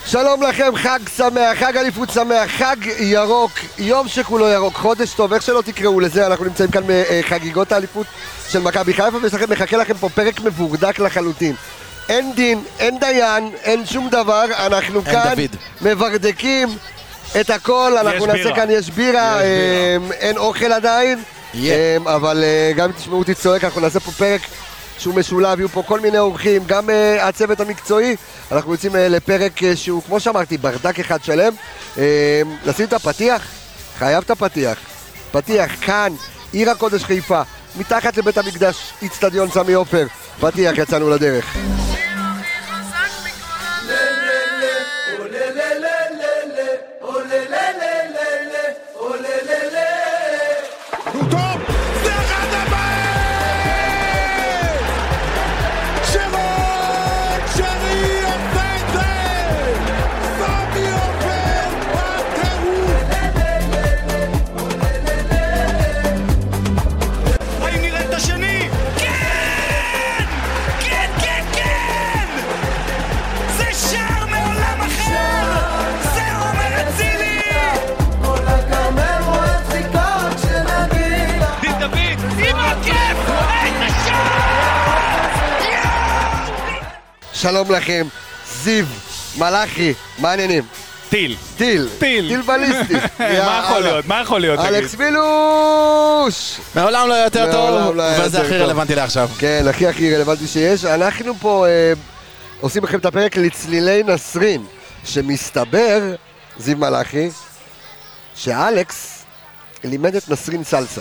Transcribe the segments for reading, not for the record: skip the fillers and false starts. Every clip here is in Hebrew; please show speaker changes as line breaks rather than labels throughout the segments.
שלום לכם, חג שמח, חג אליפות שמח, חג ירוק, יום שכולו ירוק, חודש טוב, איך שלא תקראו לזה, אנחנו נמצאים כאן בחגיגות האליפות של מכבי חיפה, ומחכה לכם פה פרק מבורדק לחלוטין. אין דין, אין דיין, אין שום דבר, אנחנו כאן מברדקים את הכל, אנחנו נעשה כאן, יש בירה, אין אוכל עדיין, אבל גם תשמעו אותי צועק, אנחנו נעשה פה פרק שהוא משולב, יהיו פה כל מיני אורחים, גם הצוות המקצועי, אנחנו יוצאים לפרק שהוא, כמו שאמרתי, ברדק אחד שלם. לשים את הפתיח, חייב את הפתיח. פתיח כאן, עיר הקודש חיפה, מתחת לבית המקדש, אצטדיון סמי עופר. פתיח, יצאנו לדרך. שלום לכם, זיו, מלאכי, מה העניינים? טיל בליסטי.
מה יכול להיות?
אלכס מילוש!
מעולם לא יותר טוב, וזה הכי רלוונטי לעכשיו.
כן, הכי רלוונטי שיש. אנחנו פה עושים לכם את הפרק לצלילי נסרין, שמסתבר, זיו מלאכי, שאלכס לימד את נסרין סלסה.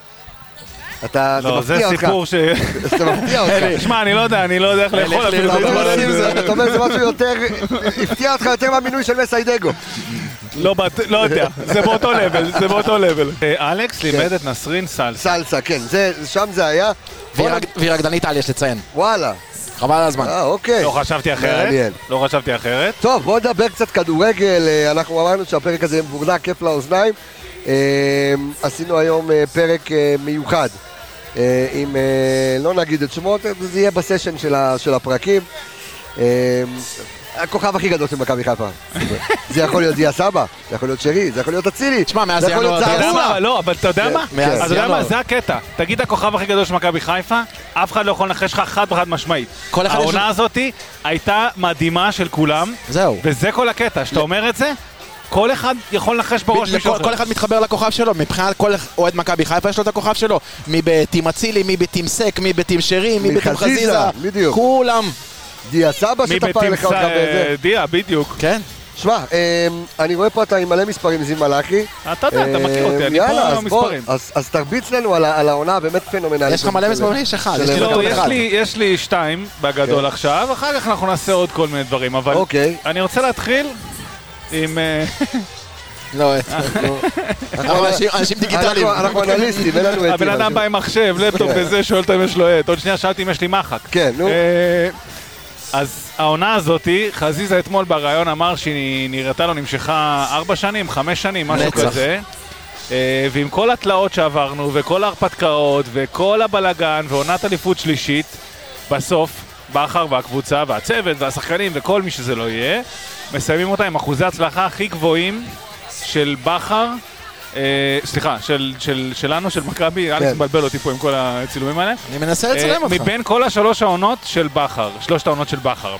לא, זה סיפור ש...
זה מפתיע אותך.
תשמע, אני לא יודע איך לאכול אפילו.
אתה אומר, זה משהו יותר... הפתיע אותך יותר מהמינוי של מסיידגו.
לא יודע, זה באותו לבל. אלכס לימד את נסרין סלסה.
סלסה, כן, שם זה היה.
והיא רקדנית על, יש לציין.
וואלה.
חבל על הזמן.
אוקיי.
לא חשבתי אחרת.
טוב, בואו נדבר קצת כדורגל. אנחנו אמרנו שהפרק הזה מבורדק, כיף לאוזניים. עשינו היום פרק מיוחד עם, לא נגיד את שמות, זה יהיה בסשן של הפרקים. הכוכב הכי גדול של מכבי חיפה. זה יכול להיות דיה סבא, זה יכול להיות שרי, זה יכול להיות אצילי,
תשמע, מאז
זה יכול להיות זערורה.
לא, אבל אתה יודע מה? אתה יודע מה? זה הקטע. תגיד הכוכב הכי גדול של מכבי חיפה, אף אחד לא יכול לנחש לך חד משמעית. העונה הזאת הייתה מדהימה של כולם, וזה כל הקטע. שאתה אומר את זה, כל אחד יכול לנחש בראש מישהו אחר.
כל אחד מתחבר לכוכב שלו, מבחינת כל אוהד מכבי חיפה יש לו את הכוכב שלו. מי בטים אצילי, מי בטים סק, מי בטים שרי, מי בטים חזיזה. כולם.
דיה סבא שתפר לך אותך בזה.
דיה, בדיוק.
כן.
שמע, אני רואה פה אתה עם מלא מספרים, זיו מלאכי.
אתה מכיר אותי, אני פה עם המספרים.
אז תרביץ לנו על העונה באמת פנומנלית.
יש לך מלא מספרים? יש אחד.
יש לי 2 בגדול עכשיו, אחר כך אנחנו נעשה עוד כל מיני דברים, אבל אני רוצה להתחיל עם...
לא, אנשים דיגיטליים.
אנחנו אנליסטים, אין לנו...
הבן אדם בא עם מחשב, לפטופ וזה, שואל אותו אם יש לו עט. עוד שנייה שאלתי אם יש לי מחק.
כן, נו.
אז העונה הזאת, חזיזה אתמול ברעיון אמר שהיא נראתה לו נמשכה 4 שנים, 5 שנים, משהו כזה. ועם כל התלאות שעברנו, וכל ההרפתקאות, וכל הבלגן, ועונת אליפות שלישית, בסוף, בכר והקבוצה, והצוות, והשחקנים, וכל מי שזה לא יהיה, מסיימים אותה עם אחוזי הצלחה הכי גבוהים של בכר, סליחה, שלנו, של מכבי, אלכס מבלבל אותי פה עם כל הצילומים האלה.
אני מנסה לצלם אותך.
מבין כל 3 העונות של בכר, 3 העונות של בכר.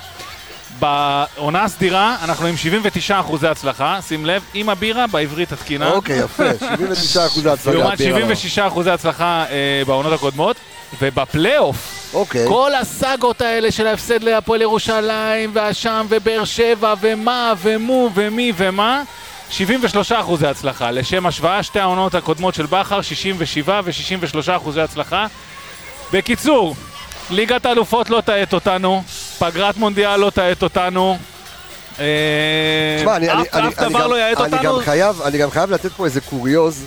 בעונה הסדירה אנחנו עם 79% הצלחה, שים לב, עם הבירה בעברית התקינה.
אוקיי, יפה, 79% הצלחה.
לעומת 76% הצלחה בעונות הקודמות, ובפלייאוף, כל הסאגות האלה של ההפסד להפועל ירושלים, והשם ובאר שבע, ומה, ומו, ומי, ומה, 73% הצלחה. לשם השוואה, 2 העונות הקודמות של בכר, 67 ו-63% הצלחה. בקיצור, ליגת האלופות לא תעט אותנו, פגרת מונדיאל לא תעט אותנו, אף דבר לא יעט אותנו.
אני גם חייב לתת פה איזה קוריוז,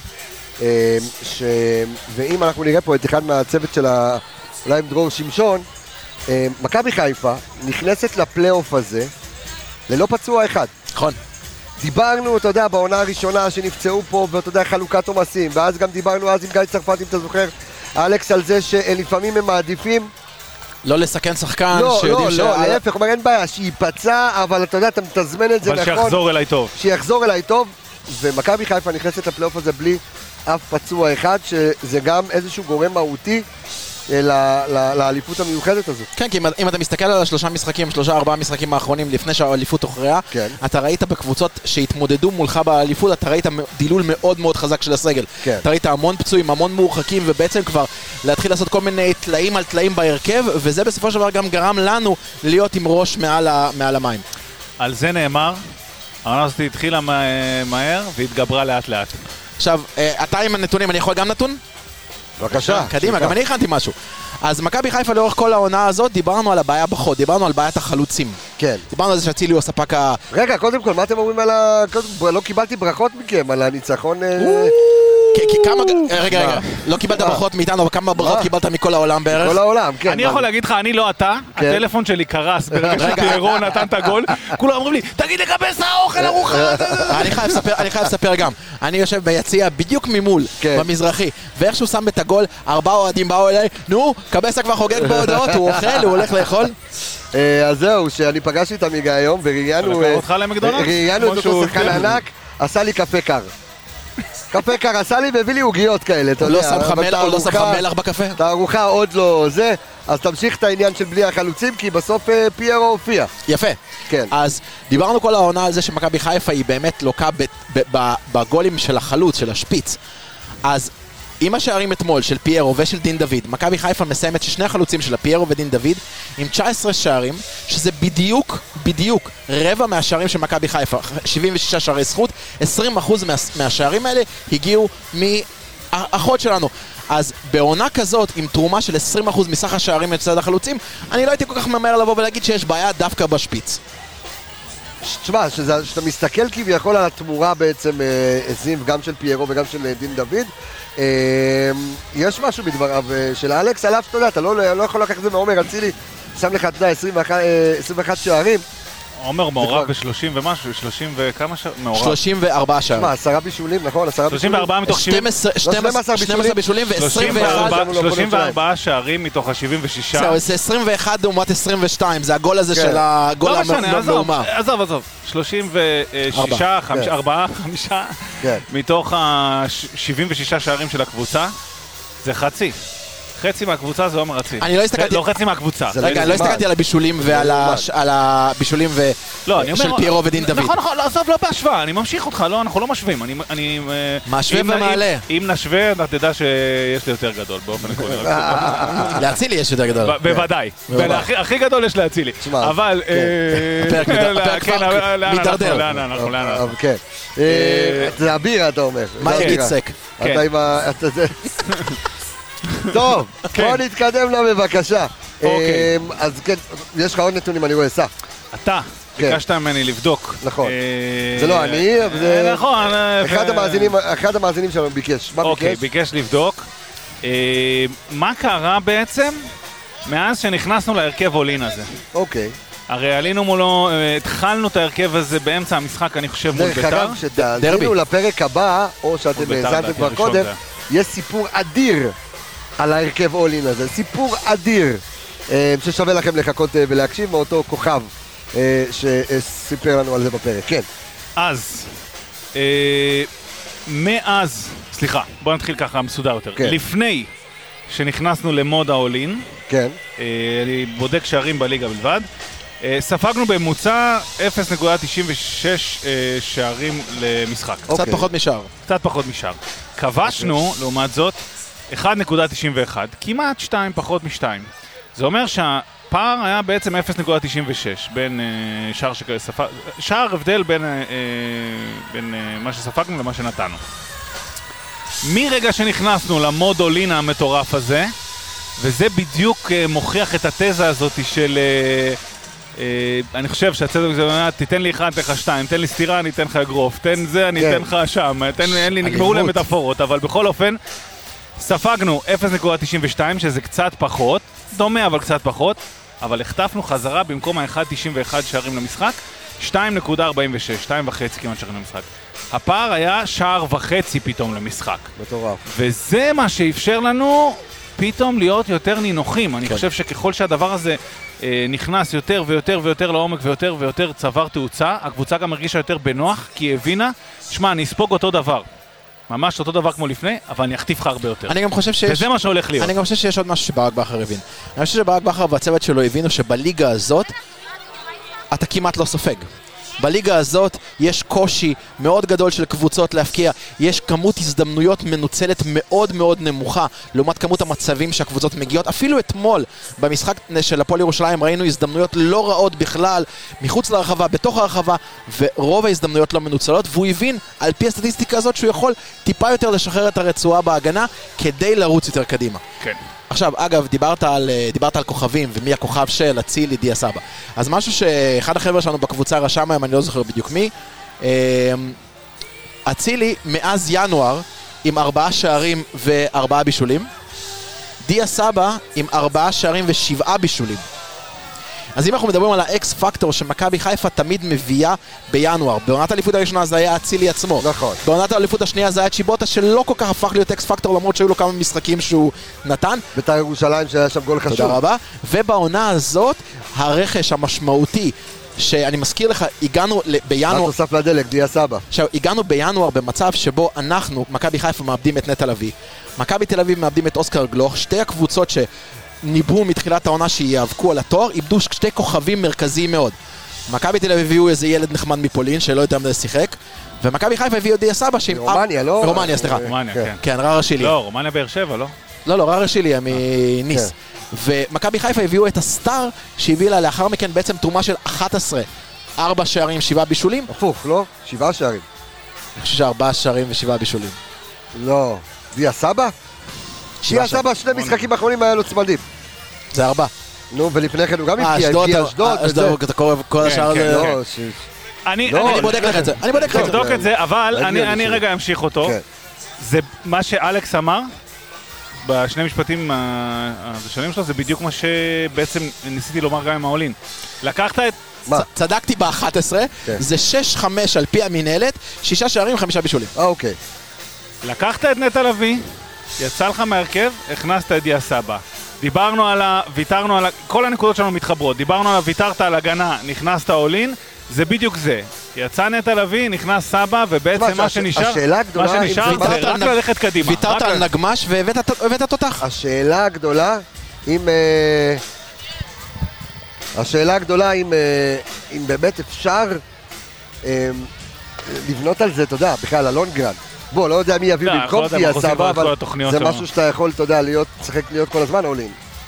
ואם אנחנו נראה פה את אחד מהצוות של אולי עם דרור שמשון, מכבי חיפה נכנסת לפלייאוף הזה ללא פצוע אחד.
נכון.
דיברנו, אתה יודע, בעונה הראשונה שנפצעו פה, ואתה יודע, חלוקת עומסים, ואז גם דיברנו אז עם גיא צרפת, אם אתה זוכר, אלכס, על זה שלפעמים הם מעדיפים
לא לסכן שחקן
לא, להפך, אומר אין בעיה, שיפצע, אבל אתה יודע, אתה מתזמן את זה נכון.
אבל שיחזור אליי טוב.
שיחזור אליי טוב, ומכבי חיפה נכנסת לפלייאוף הזה בלי אף פצוע אחד, שזה גם איזשהו גורם מהותי לאליפות המיוחדת הזו.
כן, כי אם אתה מסתכל על 3-4 משחקים האחרונים לפני שהאליפות הוכרעה, אתה ראית בקבוצות שהתמודדו מולך באליפות, אתה ראית דילול מאוד מאוד חזק של הסגל. אתה ראית המון פצועים, המון מורחקים, ובעצם כבר להתחיל לעשות כל מיני תלאים על תלאים בהרכב, וזה בסופו של דבר גם גרם לנו להיות עם ראש מעל המים.
על זה נאמר, העונה הזאת התחילה מהר והתגברה לאט לאט.
עכשיו, אתה עם הנתונים, אני יכול גם נתון?
בבקשה.
קדימה, גם אני הכנתי משהו. אז מכבי חיפה לאורך כל העונה הזאת, דיברנו על הבעיה בחוד, דיברנו על בעיית החלוצים.
כן.
דיברנו על זה שאצילי הוא הספק ה...
רגע, קודם כל, מה אתם אומרים על לא קיבלתי ברכות מכם, על הניצחון...
רגע, לא קיבלת ברכות מאיתנו, אבל כמה ברכות קיבלת מכל העולם בערך?
כל העולם, כן.
אני יכול להגיד לך, אני לא אתה, הטלפון שלי קרס ברגע שפיירו נתן את הגול, כולם אומרים לי, תגיד לקבס האוכל ארוחה.
אני חייב לספר גם, אני יושב ביציע בדיוק ממול, במזרחי, ואיך שהוא שם את הגול, 4 אוהדים באו אליי, נו, קבסה כבר חוגג בהודעות, הוא אוכל, הוא הולך לאכול.
אז זהו, שאני פגשתי את עמיגה היום, וראיינו את אותו שחקן ענק, עשה לי קפה קר. קפה קר עשה לי והביא לי עוגיות כאלה, אתה יודע.
לא שם לך מלח בקפה?
את הארוחה עוד לא זה, אז תמשיך את העניין של בלי החלוצים, כי בסוף פיירו הופיע.
יפה.
כן.
אז דיברנו כל העונה על זה שמכבי חיפה היא באמת לוקה בגולים של החלוץ, של השפיץ. אז עם השערים אתמול של פיירו ושל דין דוד, מכבי חיפה מסיימת ששני החלוצים שלה, פיירו ודין דוד, עם 19 שערים, שזה בדיוק רבע מהשערים של מכבי חיפה, 76 שערי זכות, 20% מהשערים האלה הגיעו מהאחות שלנו. אז בעונה כזאת, עם תרומה של 20% מסך השערים מצד החלוצים, אני לא הייתי כל כך ממהר לבוא ולהגיד שיש בעיה דווקא בשפיץ.
תשמע, שאתה מסתכל כביכול על התמורה בעצם, זיו, גם של פיירו וגם של דין דוד, יש משהו בדבריו של אלכס, עליו, אתה יודע, אתה לא יכול לקחת את זה מעומר אצילי, שם לך, אתה יודע, 21 שערים.
עומר מעורב ב-30 ומשהו, 30 וכמה שערים?
34 שערים.
מה, 10 בישולים, נכון?
34 מתוך
12 בישולים ו-21.
34 שערים מתוך ה-76.
זהו, זה 21 לעומת 22, זה הגול הזה של הגול המאומה.
עזוב, 36, 4, 5 מתוך ה-76 שערים של הקבוצה, זה חצי מהקבוצה זה עומר אצילי.
אני לא הסתכלתי...
לא חצי מהקבוצה.
רגע, אני לא הסתכלתי על הבישולים ועל הבישולים של פיירו ודין דוד.
נכון, עזוב, לא בהשוואה, אני ממשיך אותך, אנחנו לא משווים.
משווים ומעלה.
אם נשווה, אתה תדע שיש לי יותר גדול באופן עקרוני.
לאצילי יש יותר גדול.
בוודאי. הכי גדול יש לאצילי. אבל...
הפרק כבר מתדרדר.
לאן אנחנו?
כן. זה הבירה, אתה אומר.
מה יגיד סק?
אתה עם ה... טוב, בוא נתקדם לה בבקשה. אז כן, יש לך עוד נתונים, אני רואה, סע.
אתה ביקשת ממני לבדוק.
נכון. זה לא אני, אבל זה...
נכון.
אחד המאזינים שלנו ביקש. מה ביקש?
אוקיי, ביקש לבדוק. מה קרה בעצם מאז שנכנסנו להרכב אולין הזה?
אוקיי.
הרי עלינו מולו, התחלנו את ההרכב הזה באמצע המשחק, אני חושב, מול ביתר.
דרך אגב, שתאזינו לפרק הבא, או שאתם האזנתם כבר קודם, יש סיפור אדיר על ההרכב אולין הזה, סיפור אדיר ששווה לכם לחכות ולהקשיב מאותו כוכב שסיפר לנו על זה בפרק, כן.
אז, סליחה, בוא נתחיל ככה מסודר יותר.
כן.
לפני שנכנסנו למוד האולין,
כן.
אני בודק שערים בליגה בלבד, ספגנו בממוצע 0.96 שערים למשחק.
קצת פחות משער.
קצת פחות משער. כבשנו, לעומת זאת, 1.91, כמעט 2, פחות מ-2. זה אומר שהפער היה בעצם 0.96 בין שער הבדל בין מה שספגנו למה שנתנו. מרגע שנכנסנו למוד אולין המטורף הזה, וזה בדיוק מוכיח את התזה הזאת של... אני חושב שהצדק זה אומר, תיתן לי 1, תן לך 2, תן לי סתירה, אני אתן לך אגרוף, תן זה, אני אתן לך שם, אין לי, נגמרו להם מטאפורות, אבל בכל אופן, ספגנו 0.92, שזה קצת פחות, דומה אבל קצת פחות, אבל החטפנו חזרה במקום ה-1.91 שערים למשחק, 2.46, 2.5 כמעט שערים למשחק. הפער היה שער וחצי פתאום למשחק.
מטורף.
וזה מה שאפשר לנו פתאום להיות יותר נינוחים. אני חושב שככל שהדבר הזה נכנס יותר ויותר ויותר לעומק ויותר ויותר צבר תאוצה, הקבוצה גם הרגישה יותר בנוח, כי היא הבינה, שמע, אני אספוג אותו דבר. ממש אותו דבר כמו לפני, אבל אני אחטיף לך הרבה יותר.
אני גם חושב שיש...
וזה מה שהולך להיות.
אני גם חושב שיש עוד משהו שברק בכר הבין. אני חושב שברק בכר והצוות שלו הבינו שבליגה הזאת אתה כמעט לא סופג. בליגה הזאת יש קושי מאוד גדול של קבוצות להפקיע, יש כמות הזדמנויות מנוצלת מאוד מאוד נמוכה לעומת כמות המצבים שהקבוצות מגיעות. אפילו אתמול במשחק של הפועל ירושלים ראינו הזדמנויות לא רעות בכלל מחוץ לרחבה, בתוך הרחבה, ורוב ההזדמנויות לא מנוצלות, והוא הבין על פי הסטטיסטיקה הזאת שהוא יכול טיפה יותר לשחרר את הרצועה בהגנה כדי לרוץ יותר קדימה.
כן.
עכשיו, אגב, דיברת על כוכבים, ומי הכוכב של אצילי דיה סבא. אז משהו שאחד החבר'ה שלנו בקבוצה רשם היום, אני לא זוכר בדיוק מי, אצילי מאז ינואר עם 4 שערים ו4 בישולים, דיה סבא עם 4 שערים ו7 בישולים. אז אם אנחנו מדברים על האקס פקטור שמכבי חיפה תמיד מביאה בינואר, בעונת האליפות הראשונה זה היה אצילי עצמו.
נכון.
בעונת האליפות השנייה זה היה צ'יבוטה שלא כל כך הפך להיות אקס פקטור למרות שהיו לו כמה משחקים שהוא נתן.
בית"ר ירושלים שהיה שם גול חשוב.
תודה רבה. ובעונה הזאת הרכש המשמעותי שאני מזכיר לך, הגענו בינואר...
מה תוסף לדלק, דיה סבא.
עכשיו, הגענו בינואר במצב שבו אנחנו, מכבי חיפה, מאבדים את נטע לביא. מכבי תל אביב מאבדים את אוסקר גלוך, שתי הקבוצות ניבאו מתחילת העונה שיאבקו על התואר, איבדו 2 כוכבים מרכזיים מאוד. מכבי תל אביב הביאו איזה ילד נחמד מפולין שלא יותר מדי שיחק, ומכבי חיפה הביאו דיה סבא
רומניה, לא?
רומניה, סליחה.
רומניה, כן.
כן, ררה שילי.
לא, רומניה באר שבע, לא?
לא, ררה שילי, מניס. ומכבי חיפה הביאו את הסטאר שהביא לה לאחר מכן בעצם תרומה של 11. 4 שערים, 7 בישולים.
הפוך, לא? 7 שערים.
אני חושב ש4 שערים ו7 בישולים.
לא. דיה סבא? דיה סבא 2 משחקים האחרונים היה לו צמדים.
זה 4.
נו, ולפני כן הוא גם הבקיע,
אשדוד, אתה קורא כל השאר הזה.
אני
בודק לך את זה.
תבדוק את זה, אבל אני רגע אמשיך אותו. זה מה שאלכס אמר, בשני משפטים הראשונים שלו, זה בדיוק מה שבעצם ניסיתי לומר גם עם האולין. לקחת את...
צדקתי ב-11, זה 6-5 על פי המנהלת, 6 שערים, 5 בישולים.
אוקיי.
לקחת את נטע לביא, יצא לך מהרכב, הכנסת את דיה סבא. דיברנו ויתרנו על כל הנקודות שלנו מתחברות. דיברנו על ויתרת על הגנה, נכנסת אולין, זה בדיוק זה. יצא נטע לביא, נכנס סבא, ובעצם מה שנשאר זה רק ללכת קדימה.
ויתרת על נגמש והבאת תותח.
השאלה הגדולה אם באמת אפשר לבנות על זה, אתה יודע, בכלל הלונגרן. בוא, לא יודע מי יביא במקום דיה סבא, אבל זה משהו שאתה יכול, אתה יודע, לשחק להיות כל הזמן אולין.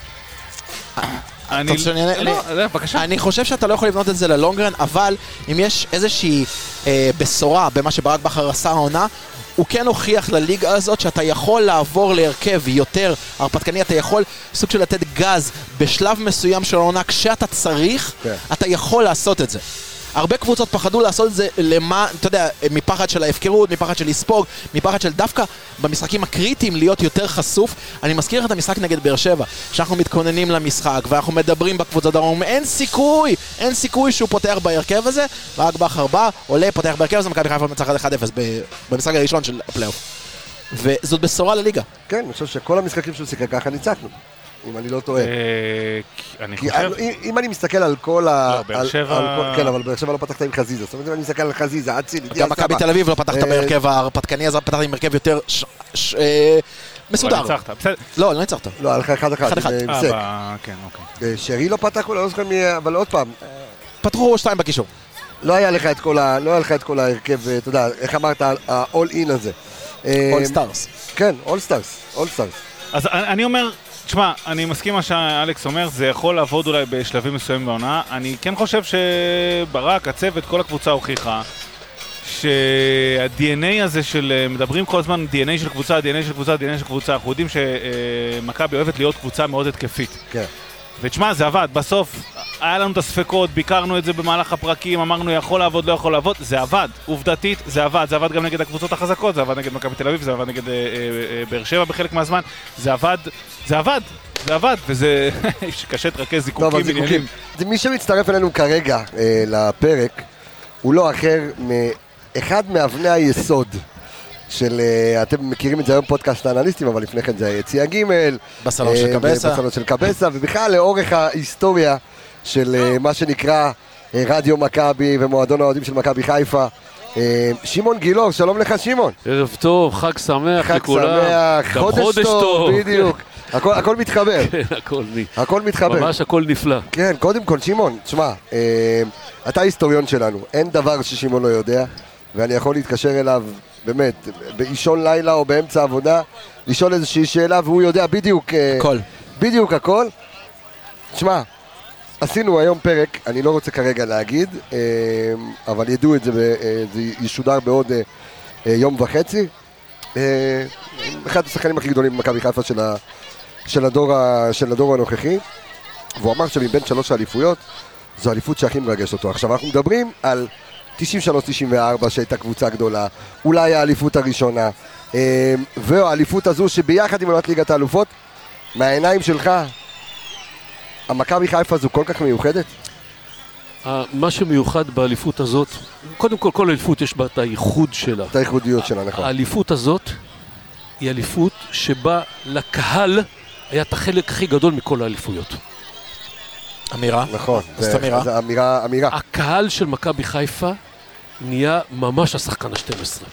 אני חושב שאתה לא יכול לבנות את זה ללונגרן, אבל אם יש איזושהי בשורה במה שברק בכר עשה העונה, הוא כן הוכיח לליגה הזאת שאתה יכול לעבור להרכב יותר הרפתקני, אתה יכול סוג של לתת גז בשלב מסוים של העונה כשאתה צריך, אתה יכול לעשות את זה. הרבה קבוצות פחדו לעשות את זה למה, אתה יודע, מפחד של ההפקרות, מפחד של לספוג, מפחד של דווקא במשחקים הקריטיים להיות יותר חשוף. אני מזכיר לך את המשחק נגד באר שבע, שאנחנו מתכוננים למשחק ואנחנו מדברים בקבוצות דרום, אין סיכוי שהוא פותח בהרכב הזה, ורק בכר בא, עולה, פותח בהרכב הזה, מכבי חיפה מנצחת 1-0 במשחק הראשון של הפלייאוף. וזאת בשורה לליגה.
כן, אני חושב שכל המשחקים שהוא שיחק ככה ניצחנו. אם אני לא טועה.
אני חושב...
אם אני מסתכל על כל
ה... באר שבע...
כן, אבל באר שבע לא פתחת עם חזיזה. זאת אומרת, אם אני מסתכל על חזיזה, אצילי, דיה
סבא. גם מכבי תל אביב לא פתחת בהרכב ההרפתקני, אז פתחת עם הרכב יותר מסודר.
אבל ניצחת, בסדר.
לא ניצחת.
לא, הלכה 1-1.
כן, אוקיי.
שרי לא פתח, לא זוכר מי... אבל עוד פעם.
פתחו 2 בקישור.
לא היה לך את כל ההרכב, אתה יודע, איך אמרת, ה-all in הזה.
All Stars.
כן, All Stars.
אז אני אומר... תשמע, אני מסכים מה שאלכס אומר, זה יכול לעבוד אולי בשלבים מסוימים בעונה. אני כן חושב שברק, הצוות, כל הקבוצה הוכיחה שה-DNA הזה של, מדברים כל הזמן DNA של קבוצה, אנחנו יודעים שמכבי אוהבת להיות קבוצה מאוד התקפית.
כן.
ותשמע, זה עבד, בסוף היה לנו את הספקות, ביקרנו את זה במהלך הפרקים, אמרנו יכול לעבוד, לא יכול לעבוד, זה עבד, עובדתית זה עבד גם נגד הקבוצות החזקות, זה עבד נגד מכבי תל אביב, זה עבד נגד באר שבע בחלק מהזמן, זה עבד, וזה קשה לתרכז זיקוקים עניינים.
מי שמצטרף אלינו כרגע לפרק, הוא לא אחר מאחד מאבני היסוד של, אתם מכירים את זה היום פודקאסט האנליסטים, אבל לפני כן זה היציע ג'
בסלון של קבסה.
בסלון של קבסה, ובכלל לאורך ההיסטוריה של מה שנקרא רדיו מכבי ומועדון האוהדים של מכבי חיפה. שמעון גילאור, שלום לך שמעון.
ערב טוב, חג שמח לכולם.
חג שמח, חודש טוב, בדיוק. הכל מתחבר.
כן,
הכל מתחבר.
ממש הכל נפלא.
כן, קודם כל, שמעון, תשמע, אתה היסטוריון שלנו, אין דבר ששמעון לא יודע, ואני יכול להתקשר אליו, באמת, באישון לילה או באמצע עבודה, לשאול איזושהי שאלה, והוא יודע בדיוק
הכל.
בדיוק הכל. תשמע, עשינו היום פרק, אני לא רוצה כרגע להגיד, אבל ידעו את זה, זה ישודר בעוד יום וחצי. אחד השחקנים הכי גדולים במכבי חיפה של הדור הנוכחי, והוא אמר שמבין 3 האליפויות, זו האליפות שהכי מרגש אותו. עכשיו אנחנו מדברים על 93-94 שהייתה קבוצה גדולה, אולי האליפות הראשונה, והאליפות הזו שביחד עם עונת ליגת האלופות, מהעיניים שלך, המכבי חיפה הזו כל כך מיוחדת?
מה שמיוחד באליפות הזאת, קודם כל אליפות יש בה את הייחוד שלה.
את הייחודיות שלה, נכון.
האליפות הזאת היא אליפות שבה לקהל היה את החלק הכי גדול מכל האליפויות.
אמירה.
נכון.
זאת אמירה.
זה אמירה.
הקהל של מכבי חיפה נהיה ממש השחקן ה-12.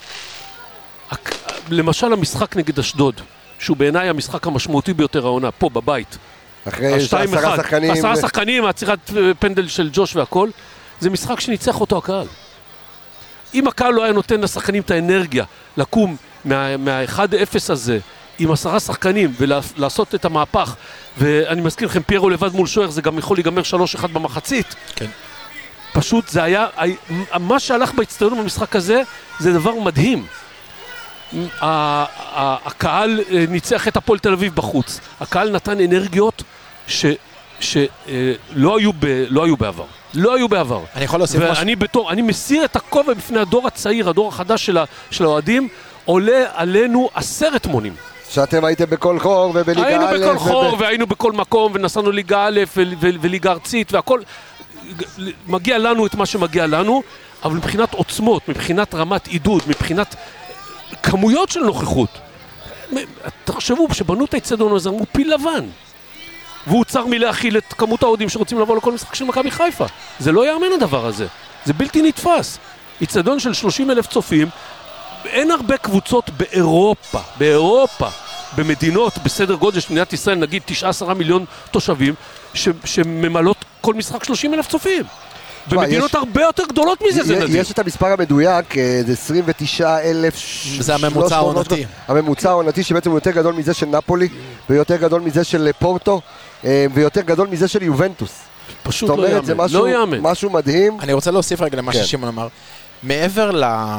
למשל המשחק נגד אשדוד, שהוא בעיניי המשחק המשמעותי ביותר העונה, פה בבית.
אחרי 10 שחקנים.
10 שחקנים, העצירת פנדל של ג'וש והכל, זה משחק שניצח אותו הקהל. אם הקהל לא היה נותן לשחקנים את האנרגיה לקום מה-1-0 הזה, עם 10 שחקנים ולעשות את המהפך, ואני מזכיר לכם, פיירו לבד מול שוער, זה גם יכול להיגמר 3-1 במחצית.
כן.
פשוט זה היה, מה שהלך באצטדיון במשחק הזה, זה דבר מדהים. הקהל ניצח את הפועל תל אביב בחוץ. הקהל נתן אנרגיות שלא היו בעבר. לא היו בעבר.
אני יכול להוסיף משהו?
אני מסיר את הכובע בפני הדור הצעיר, הדור החדש של האוהדים, עולה עלינו 10 מונים.
שאתם הייתם בכל חור ובליגה א'.
היינו בכל חור והיינו בכל מקום ונסענו ליגה א' וליגה ארצית והכל. מגיע לנו את מה שמגיע לנו, אבל מבחינת עוצמות, מבחינת רמת עידוד, מבחינת כמויות של נוכחות. תחשבו, שבנו את האצטדיון הזה, הוא פיל לבן. והוא צר מלהכיל את כמות האוהדים שרוצים לבוא לכל משחק של מכבי חיפה. זה לא יאמן הדבר הזה. זה בלתי נתפס. אצטדיון של 30,000 צופים, אין הרבה קבוצות באירופה, במדינות בסדר גודל של מדינת ישראל, נגיד 9-10 מיליון תושבים, שממלאות כל משחק 30,000 צופים. במדינות הרבה יותר גדולות מזה זה נדיר.
יש את המספר המדויק, זה 29,000...
זה הממוצע העונתי.
הממוצע העונתי שבעצם הוא יותר גדול מזה של נפולי, ויותר גדול מזה של פורטו, ויותר גדול מזה של יובנטוס.
פשוט לא יאמן.
משהו מדהים.
אני רוצה להוסיף רגע למה ששימון אמר. מעבר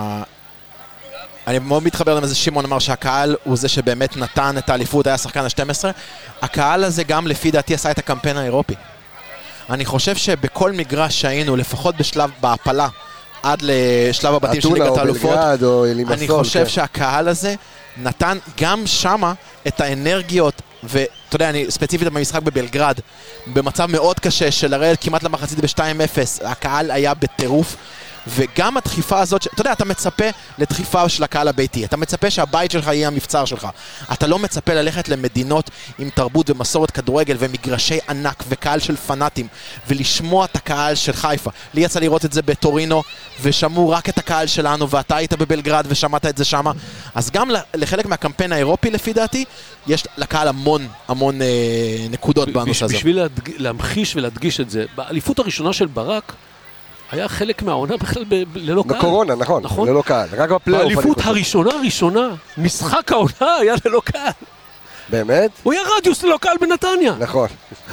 אני מאוד מתחבר למה זה שימון אמר שהקהל הוא זה שבאמת נתן את האליפות, היה שחקן ה-12. הקהל הזה גם לפי דעתי עשה את הקמפיין האירופי. אני חושב שבכל מגרש שהיינו, לפחות בשלב בהפלה, עד לשלב הבתים של ליגת האלופות, אני חושב שהקהל הזה נתן גם שמה את האנרגיות, ואתה יודע, אני ספציפית במשחק בבלגרד, במצב מאוד קשה של הרי כמעט למחצית ב-2-0, הקהל היה בטירוף, וגם הדחיפה הזאת, אתה יודע, אתה מצפה לדחיפה של הקהל הביתי, אתה מצפה שהבית שלך יהיה המבצר שלך, אתה לא מצפה ללכת למדינות עם תרבות ומסורת כדורגל ומגרשי ענק וקהל של פנאטים, ולשמוע את הקהל של חיפה. לי יצא לראות את זה בטורינו, ושמעו רק את הקהל שלנו, ואתה היית בבלגרד ושמעת את זה שמה, אז גם לחלק מהקמפיין האירופי לפי דעתי, יש לקהל המון נקודות בנושא הזה.
בשביל להמחיש ולהדגיש את זה, באליפות הראשונה של ברק, היה חלק מהעונה בכלל ללא קהל.
בקורונה, נכון, ללא קהל. רק בפלייאוף.
באליפות הראשונה, משחק העונה היה ללא קהל.
באמת?
הוא היה רדיוס ללא קהל בנתניה.
נכון.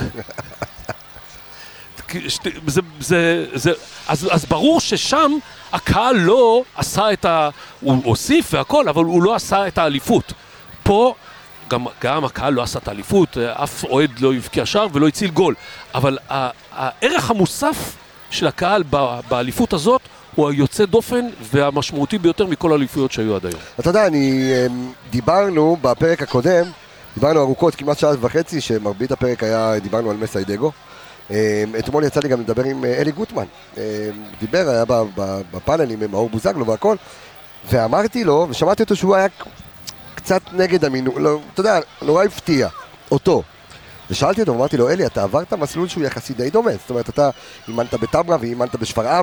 אז ברור ששם הקהל לא עשה הוא הוסיף והכל, אבל הוא לא עשה את האליפות. פה גם הקהל לא עשה את האליפות, אף אוהד לא הבקיע שער ולא הציל גול. אבל הערך המוסף של הקהל באליפות הזאת הוא היוצא דופן והמשמעותי ביותר מכל האליפויות שהיו עד היום.
אתה יודע, דיברנו בפרק הקודם, דיברנו ארוכות, כמעט שעה וחצי, שמרבית הפרק דיברנו על מסיידגו. אתמול יצא לי גם לדבר עם אלי גוטמן. דיבר, היה בפאנל עם מאור בוזגלו והכל. ואמרתי לו, ושמעתי אותו שהוא היה קצת נגד המינוי, לא, אתה יודע, נורא הפתיע אותו. ושאלתי אותו, אמרתי לו, אלי, אתה עברת מסלול שהוא יחסי די דומה, זאת אומרת, אתה אימנת בטמרה ואימנת בשפרעם,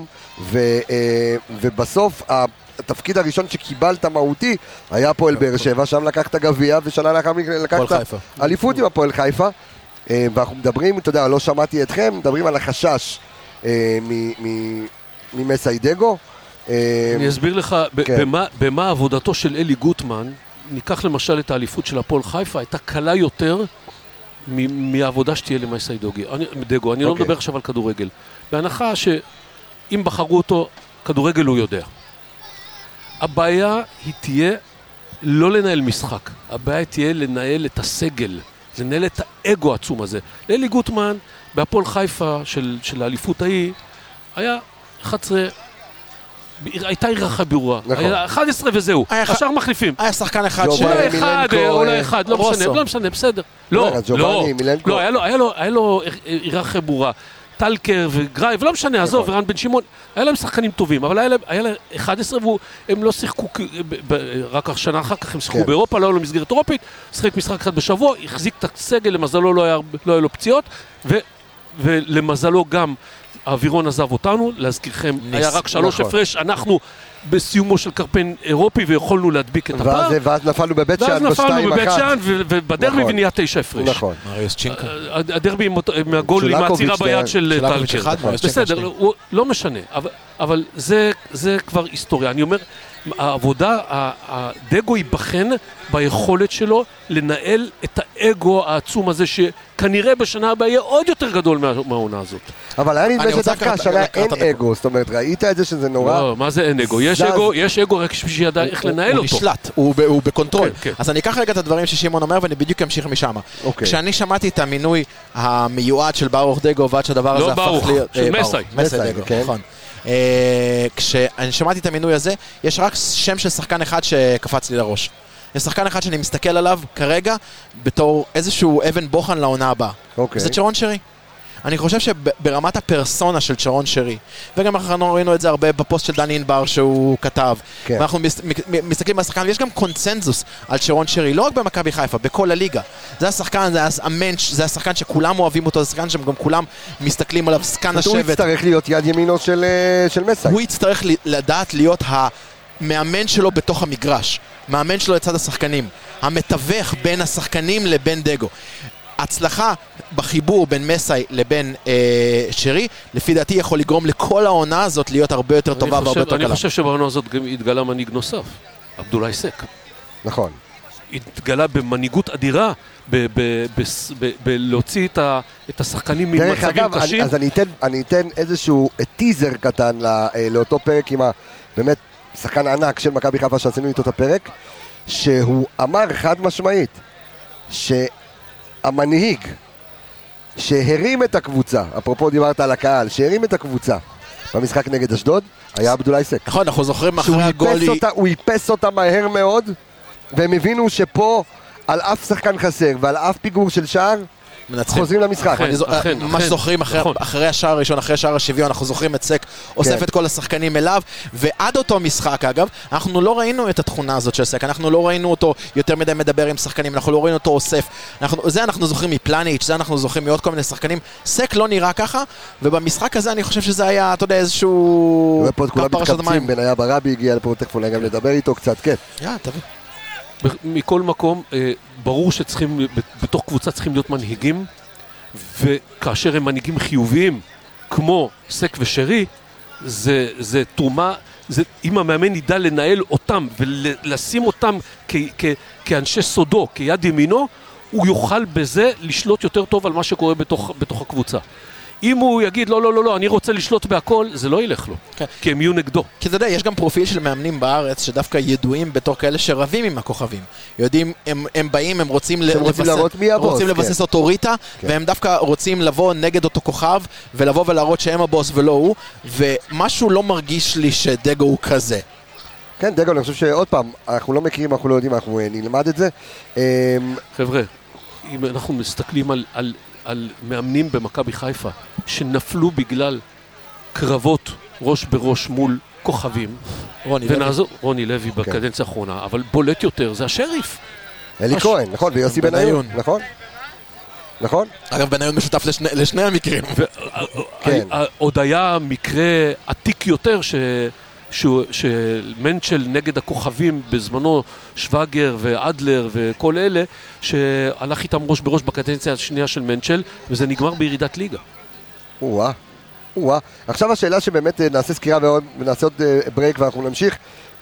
ובסוף התפקיד הראשון שקיבלת מהותי היה הפועל באר שבע, שם לקחת גביע, ושנה לאחר לקחת אליפות עם הפועל חיפה, ואנחנו מדברים, אתה יודע, לא שמעתי אתכם, מדברים על החשש ממסיידגו.
אני אסביר לך, במה עבודתו של אלי גוטמן, ניקח למשל את האליפות של הפועל חיפה, הייתה קלה יותר מהעבודה שתהיה דגו. אני לא מדבר עכשיו על כדורגל. בהנחה שאם בחרו אותו, כדורגל הוא יודע. הבעיה היא תהיה לא לנהל משחק. הבעיה תהיה לנהל את הסגל, לנהל את האגו העצום הזה. לאלי גוטמן, בהפועל חיפה של האליפות ההיא, היה 11... הייתה היררכיה ברורה, היה 11 וזהו, השאר מחליפים.
היה שחקן אחד
אולי אחד, לא משנה, בסדר. לא, היה לו היררכיה ברורה. טלקר וגרייב, לא משנה, עזוב, ורן בן שמעון, היה להם שחקנים טובים, אבל היה להם 11 והם לא שיחקו, רק שנה אחר כך הם שיחקו באירופה, לא היה לו מסגרת אירופית, שיחק משחק אחד בשבוע, החזיק את הסגל, למזלו לא היה לו פציעות, ולמזלו גם האווירון עזב אותנו, להזכירכם, היה רק 3 הפרש, אנחנו בסיומו של קרפן אירופי ויכולנו להדביק את הפער.
ואז נפלנו בבית שאן
ואז נפלנו בבית שאן ובדרבי ונהיה 9 הפרש.
נכון.
מריוס צ'ינקה.
הדרבי מהגול עם העצירה ביד של טלקר. בסדר, לא משנה, אבל זה כבר היסטוריה. אני אומר, העבודה, הדגו ייבחן ביכולת שלו לנהל את האגו העצום הזה שכנראה בשנה הבאה יהיה עוד יותר גדול מהעונה הזאת.
אבל היה נדמה שדווקא השנה אין אגו, זאת אומרת, ראית את זה שזה נורא...
לא, מה זה אין אגו? יש אגו רק בשביל שידע איך לנהל אותו.
הוא נשלט, הוא בקונטרול. אז אני אקח רגע את הדברים ששימון אומר ואני בדיוק אמשיך משם. כשאני שמעתי את המינוי המיועד של ברוך דגו ועד שהדבר הזה הפך להיות...
של
מסי דגו, נכון. כשאני שמעתי את המינוי הזה, יש רק שם של שחקן אחד שקפץ לי לראש. יש שחקן אחד שאני מסתכל עליו כרגע בתור איזשהו אבן בוחן לעונה הבאה. זה צ'רון שרי. אני חושב שברמת הפרסונה של צ'רון שרי, וגם אנחנו ראינו את זה הרבה בפוסט של דני ענבר שהוא כתב, ואנחנו מסתכלים על השחקן, ויש גם קונצנזוס על צ'רון שרי, לא רק במכבי חיפה, בכל הליגה. זה השחקן, זה השחקן שכולם אוהבים אותו, זה השחקן שגם כולם מסתכלים עליו, סקן השבט.
הוא יצטרך להיות יד ימינו של מסי.
הוא יצטרך לדעת להיות המאמן שלו בתוך המגרש, מאמן שלו לצד השחקנים, המתווך בין השחקנים לבין דגו. הצלחה בחיבור בין מסי לבין שרי, לפי דעתי יכול לגרום לכל העונה הזאת להיות הרבה יותר טובה והרבה יותר קלה.
אני חושב שבעונה הזאת גם התגלה מנהיג נוסף, עבדולאי סק.
נכון.
התגלה במנהיגות אדירה, בלהוציא את השחקנים ממצבים קשים.
אז אני אתן איזשהו טיזר קטן לאותו פרק עם באמת שחקן ענק של מכבי חיפה שעשינו איתו את הפרק, שהוא אמר חד משמעית, המנהיג שהרים את הקבוצה, אפרופו דיברת על הקהל, שהרים את הקבוצה במשחק נגד אשדוד, היה עבדולאי סק.
נכון, אנחנו זוכרים אחרי הגול...
הוא איפס אותה מהר מאוד, והם הבינו שפה על אף שחקן חסר ועל אף פיגור של שער, חוזרים למשחק.
מה שזוכרים אחרי השער הראשון, אחרי שער השוויון, אנחנו זוכרים את סק, אוסף את כל השחקנים אליו, ועד אותו משחק אגב, אנחנו לא ראינו את התכונה הזאת של סק, אנחנו לא ראינו אותו יותר מדי מדבר עם שחקנים, אנחנו לא ראינו אותו אוסף, זה אנחנו זוכרים מפלניץ', זה אנחנו זוכרים מעוד כל מיני שחקנים, סק לא נראה ככה, ובמשחק הזה אני חושב שזה היה, אתה יודע, איזשהו...
ופה כולם מתקבצים, בניה ברבי הגיע לפה, תכף אולי גם לדבר איתו קצת, כן.
תביא.
מכל מקום, ברור שצריכים, בתוך קבוצה צריכים להיות מנהיגים, וכאשר הם מנהיגים חיוביים, כמו סק ושרי, זה תרומה, אם המאמן ידע לנהל אותם, ולשים אותם כאנשי סודו, כיד ימינו, הוא יוכל בזה לשלוט יותר טוב על מה שקורה בתוך הקבוצה. אם הוא יגיד, לא, אני רוצה לשלוט בהכל, זה לא ילך לו, כי הם יהיו נגדו.
כי אתה יודע, יש גם פרופיל של מאמנים בארץ שדווקא ידועים בתור כאלה שרבים עם הכוכבים. יודעים, הם באים, הם רוצים לבסס אוטוריטה, והם דווקא רוצים לבוא נגד אותו כוכב, ולבוא ולהראות שהם הבוס ולא הוא, ומשהו לא מרגיש לי שדגו הוא כזה.
כן, דגו, אני חושב שעוד פעם, אנחנו לא מכירים, אנחנו לא יודעים, אנחנו נלמד את זה.
חבר'ה, אם אנחנו מסתכלים על מאמנים במכבי חיפה שנפלו בגלל קרבות ראש בראש מול כוכבים, רוני לוי בקדנציה האחרונה, אבל בולט יותר זה השריף.
אלי כהן, נכון, ויוסי בניון, נכון?
אגב, בניון משותף לשני המקרים.
עוד היה מקרה עתיק יותר שמנצ'ל נגד הכוכבים בזמנו, שווגר ואדלר וכל אלה, שהלך איתם ראש בראש בקדנציה השנייה של מנצ'ל, וזה נגמר בירידת ליגה.
עכשיו השאלה שבאמת נעשה סקירה ונעשה עוד ברייק ואנחנו נמשיך.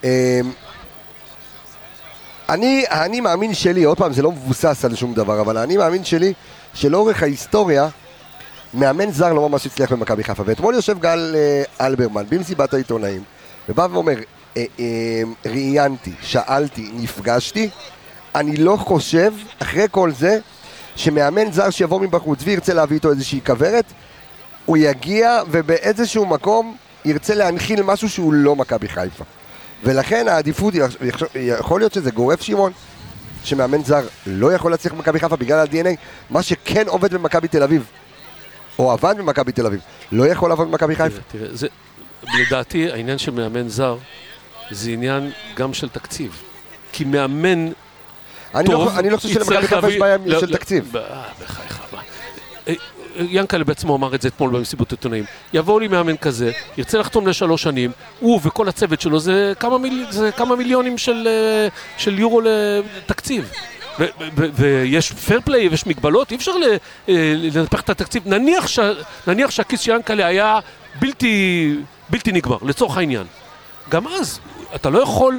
אני מאמין שלי, עוד פעם זה לא מבוסס על שום דבר, אבל אני מאמין שלי שלאורך ההיסטוריה מאמן זר לא ממש הצליח במכבי חיפה. ואתמול יושב גל אלברמן במסיבת העיתונאים ובא ואומר, ראיינתי, שאלתי, נפגשתי, אני לא חושב אחרי כל זה שמאמן זר שיבוא מבחוץ וירצה להביא איתו איזושהי כברת, הוא יגיע ובאיזשהו מקום ירצה להנחיל משהו שהוא לא מכבי חיפה. ולכן העדיפות, יכול להיות שזה גורף שמעון, שמאמן זר לא יכול להצליח במכבי חיפה בגלל ה-DNA, מה שכן עובד במכבי תל אביב, או עבד במכבי תל אביב, לא יכול לעבוד במכבי חיפה.
תראה, לדעתי העניין של מאמן זר זה עניין גם של תקציב. כי מאמן טוב...
אני לא חושב שלמכבי חיפה יש בעיה של תקציב.
בחייך, ינקלה בעצמו אמר את זה אתמול במסיבות עיתונאים. יבוא לי מאמן כזה, ירצה לחתום ל3 שנים, הוא וכל הצוות שלו, זה כמה מיליונים של יורו לתקציב. ויש פייר פליי ויש מגבלות, אי אפשר לנפח את התקציב. נניח שהכיס של ינקלה היה בלתי נגמר, לצורך העניין. גם אז אתה לא יכול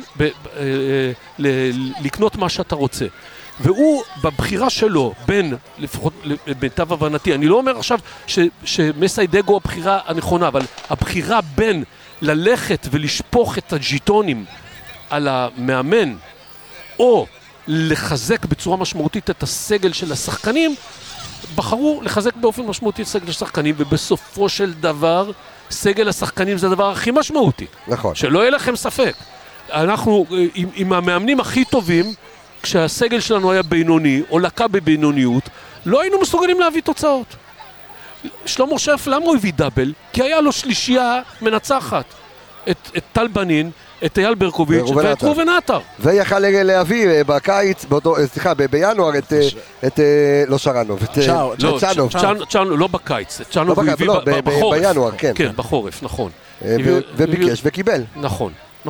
לקנות מה שאתה רוצה. והוא בבחירה שלו בין, לפחות למיטב הבנתי, אני לא אומר עכשיו שמסיידגו הבחירה הנכונה, אבל הבחירה בין ללכת ולשפוך את הג'יטונים על המאמן, או לחזק בצורה משמעותית את הסגל של השחקנים, בחרו לחזק באופן משמעותי את סגל השחקנים, ובסופו של דבר, סגל השחקנים זה הדבר הכי משמעותי.
נכון.
שלא יהיה לכם ספק. אנחנו, עם המאמנים הכי טובים, כשהסגל שלנו היה בינוני, או לקה בבינוניות, לא היינו מסוגלים להביא תוצאות. שלמה שרף, למה הוא הביא דאבל? כי היה לו שלישייה מנצחת. את טל בנין, את אייל ברקוביץ' ואת ראובן עטר.
ויכל להביא בקיץ, בינואר את לא שרנוב, את
צ'אנו, לא בקיץ, צ'אנו הוא הביא בחורף.
בינואר, כן.
כן, בחורף, נכון.
וביקש וקיבל.
נכון.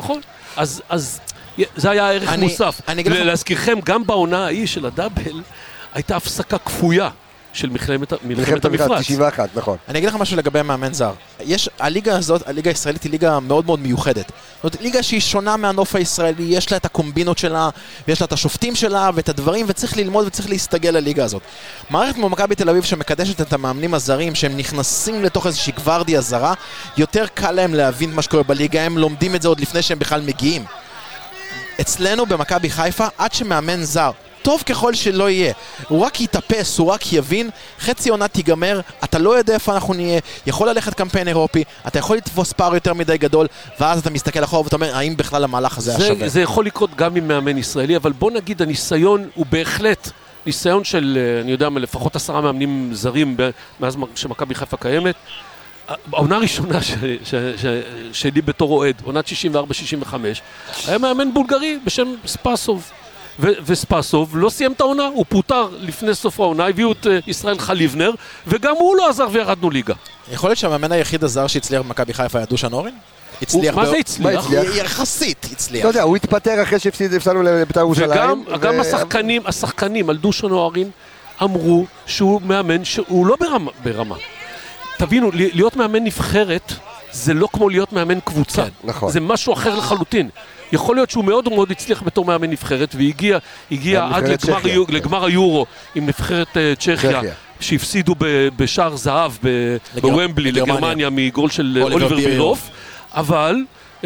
אז זה היה ערך מוסף. להזכירכם, גם בעונה ההיא של הדאבל, הייתה הפסקה כפויה של מלחמת המפרץ.
91, נכון.
אני אגיד לך משהו לגבי מאמן זר. הליגה הזאת, הליגה הישראלית היא ליגה מאוד מאוד מיוחדת. זאת ליגה שהיא שונה מהנוף הישראלי, יש לה את הקומבינות שלה, ויש לה את השופטים שלה ואת הדברים, וצריך ללמוד וצריך להסתגל לליגה הזאת. מערכת כמו מכבי תל אביב שמקדשת את המאמנים הזרים, שהם נכנסים לתוך איזושהי גוורדיה זרה, יותר קל להם להבין מה שקורה בליגה, הם לומדים את זה עוד לפני שהם בכלל מגיעים. אצלנו במכבי חיפה, עד שמאמן זר, טוב ככל שלא יהיה, הוא רק יתאפס, הוא רק יבין, חצי עונה תיגמר, אתה לא יודע איפה אנחנו נהיה, יכול ללכת קמפיין אירופי, אתה יכול לתפוס פער יותר מדי גדול, ואז אתה מסתכל אחורה ואתה אומר, האם בכלל המהלך הזה היה שווה?
זה יכול לקרות גם עם מאמן ישראלי, אבל בוא נגיד, הניסיון הוא בהחלט ניסיון של, אני יודע, לפחות 10 מאמנים זרים מאז שמכבי חיפה קיימת. העונה הראשונה שלי בתור אוהד, עונת 64-65, היה מאמן בולגרי בשם ספאסוב. וספאסוב לא סיים את העונה, הוא פוטר לפני סוף העונה, הביאו את ישראל חליבנר, וגם הוא לא עזר וירדנו ליגה.
יכול להיות שהמאמן היחיד הזר שהצליח במכבי חיפה היה דושן אורן?
מה זה הצליח?
יחסית הצליח.
אתה יודע, הוא התפטר אחרי שהפסדנו לבית"ר ירושלים.
וגם השחקנים על דושן אורן אמרו שהוא מאמן שהוא לא ברמה. תבינו, להיות מאמן נבחרת זה לא כמו להיות מאמן קבוצה.
נכון.
זה משהו אחר לחלוטין. יכול להיות שהוא מאוד מאוד הצליח בתור מאמן נבחרת, והגיע עד לגמר היורו עם נבחרת צ'כיה, שהפסידו בשער זהב בוומבלי לגרמניה מגול של אוליבר בירוף, אבל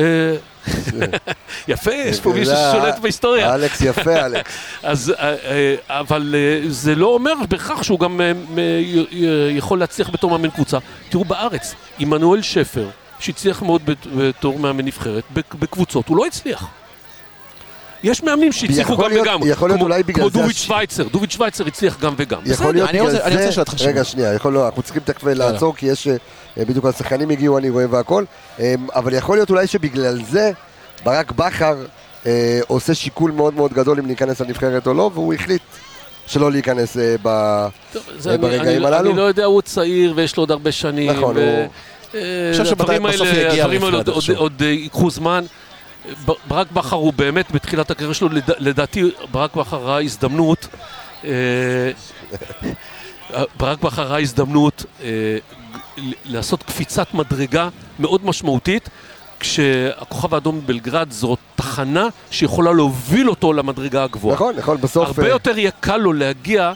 יפה, יש פה מישהו ששולט בהיסטוריה.
אלכס, יפה אלכס.
אבל זה לא אומר בכך שהוא גם יכול להצליח בתור מאמן קבוצה. תראו בארץ, עמנואל שפר, שהצליח מאוד בתור מאמן נבחרת, בקבוצות, הוא לא הצליח. יש מאמנים שהצליחו גם וגם, כמו דוביץ' שווייצר. דוביץ' שווייצר הצליח גם וגם.
אני רוצה לשאול אותך
רגע, שנייה, אנחנו צריכים תכף לעצור, כי יש, בדיוק השחקנים הגיעו, אני רואה והכל, אבל יכול להיות אולי שבגלל זה, ברק בכר עושה שיקול מאוד מאוד גדול אם להיכנס לנבחרת או לא, והוא החליט שלא להיכנס ברגעים הללו.
אני לא יודע, הוא צעיר ויש לו עוד הרבה שנים.
נכון,
הדברים האלה עוד ייקחו זמן. ברק בכר הוא באמת בתחילת הקריירה שלו, לדעתי ברק בכר ראה הזדמנות, לעשות קפיצת מדרגה מאוד משמעותית, כשהכוכב האדום בבלגרד זו תחנה שיכולה להוביל אותו למדרגה הגבוהה.
נכון, בסוף...
הרבה יותר יהיה קל לו להגיע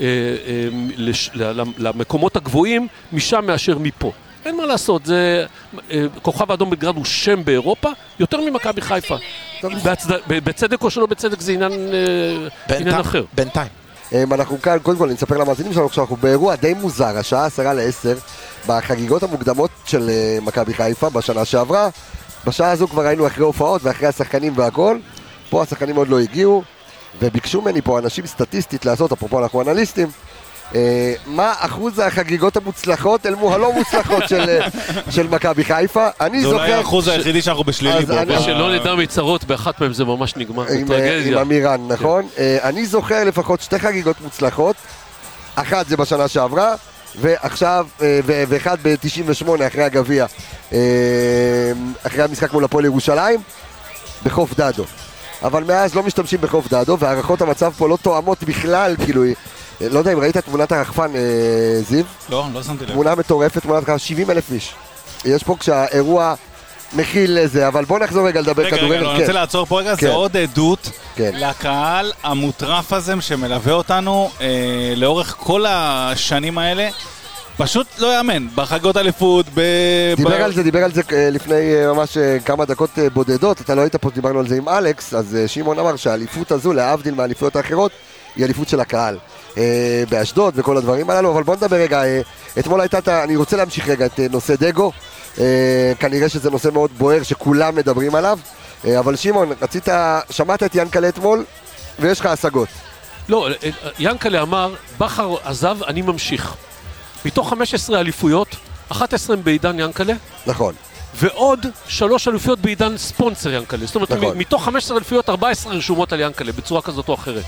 למקומות הגבוהים משם מאשר מפה. אין מה לעשות, כוכב האדום בלגרד הוא שם באירופה יותר ממכבי חיפה. בצדק או שלא בצדק זה עניין אחר.
בינתיים.
אנחנו כאן, קודם כל נספר למאזינים שלנו שאנחנו באירוע די מוזר, השעה 9:50 בחגיגות המוקדמות של מכבי חיפה בשנה שעברה. בשעה הזו כבר היינו אחרי הופעות ואחרי השחקנים והכל. פה השחקנים עוד לא הגיעו, וביקשו ממני פה אנשים סטטיסטית לעשות, אפרופו אנחנו אנליסטים, מה אחוז החגיגות המוצלחות אל מול הלא מוצלחות של מכבי חיפה.
זה אולי האחוז היחידי שאנחנו בשלילי בו.
ושלא נדע מצרות, באחת מהם זה ממש נגמר.
עם אמירן, נכון? אני זוכר לפחות 2 חגיגות מוצלחות, אחת זה בשנה שעברה, ועכשיו, ואחד ב-98 אחרי הגביע, אחרי המשחק מול הפועל ירושלים, בחוף דדו. אבל מאז לא משתמשים בחוף דדו, והערכות המצב פה לא תואמות בכלל, כאילו, לא יודע אם ראית את תמונת הרחפן, זיו?
לא שמתי לב.
תמונה מטורפת, תמונת הרחפן, 70,000 איש. יש פה כשהאירוע מכיל לזה, אבל בוא נחזור רגע לדבר כדורגל.
רגע, אני רוצה לעצור פה רגע, זה עוד עדות לקהל המוטרף הזה שמלווה אותנו לאורך כל השנים האלה. פשוט לא יאמן, בחגיגות אליפות,
דיבר על זה לפני ממש כמה דקות בודדות, אתה לא היית פה, דיברנו על זה עם אלכס, אז שמעון אמר שהאליפות הזו, להבדיל מהאליפויות האחרות, היא אליפות של הקהל, באשדוד וכל הדברים הללו, אבל בוא נדבר רגע, אתמול הייתה, אני רוצה להמשיך רגע את נושא דגו, כנראה שזה נושא מאוד בוער שכולם מדברים עליו, אבל שמעון, שמעת את ינקלה אתמול, ויש לך השגות.
לא, ינקלה אמר, בכר עזב, אני ממשיך. מתוך 15 אליפויות, 11 בעידן ינקלה.
נכון.
ועוד 3 אליפויות בעידן ספונסר ינקלה. זאת אומרת, נכון. מתוך 15 אליפויות, 14 רשומות על ינקלה, בצורה כזאת או אחרת.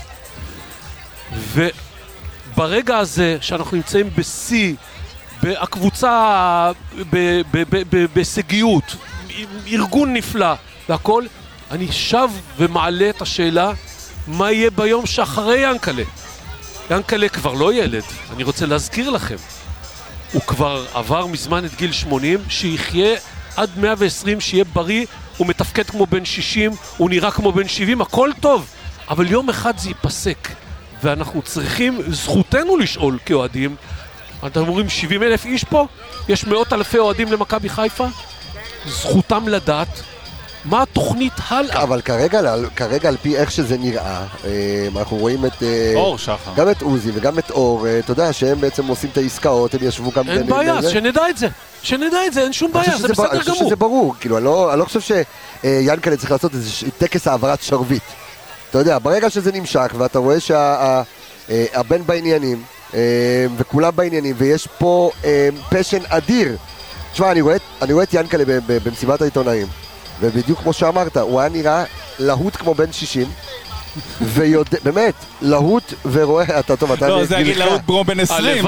וברגע הזה, שאנחנו נמצאים בשיא, הקבוצה בסגיות, ארגון נפלא והכל, אני שב ומעלה את השאלה, מה יהיה ביום שאחרי ינקלה? ינקלה כבר לא ילד, אני רוצה להזכיר לכם. הוא כבר עבר מזמן את גיל 80, שיחיה עד 120, שיהיה בריא, הוא מתפקד כמו בן 60, הוא נראה כמו בן 70, הכל טוב. אבל יום אחד זה ייפסק, ואנחנו צריכים, זכותנו לשאול כאוהדים, אתם אומרים 70,000 איש פה, יש 100,000 אוהדים למכבי חיפה, זכותם לדעת מה התוכנית הלאה.
אבל כרגע על פי איך שזה נראה, אנחנו רואים את
אור שחר, גם
את עוזי וגם את אור, אתה יודע שהם בעצם עושים את העסקאות, הם ישבו גם...
אין בעיה, שנדע את זה, אין שום בעיה, זה בסדר גמור.
אני חושב שזה ברור, כאילו, אני לא חושב שיאנקל'ה צריך לעשות איזה טקס העברת שרביט. אתה יודע, ברגע שזה נמשך ואתה רואה שהבן בעניינים וכולם בעניינים ויש פה פשן אדיר. תשמע, אני רואה את ינקלה במסיבת העיתונאים, ובדיוק כמו שאמרת, הוא היה נראה להוט כמו בן 60, באמת, להוט ורואה, אתה טוב, אתה...
לא, זה יגיד להוט כמו בן 20,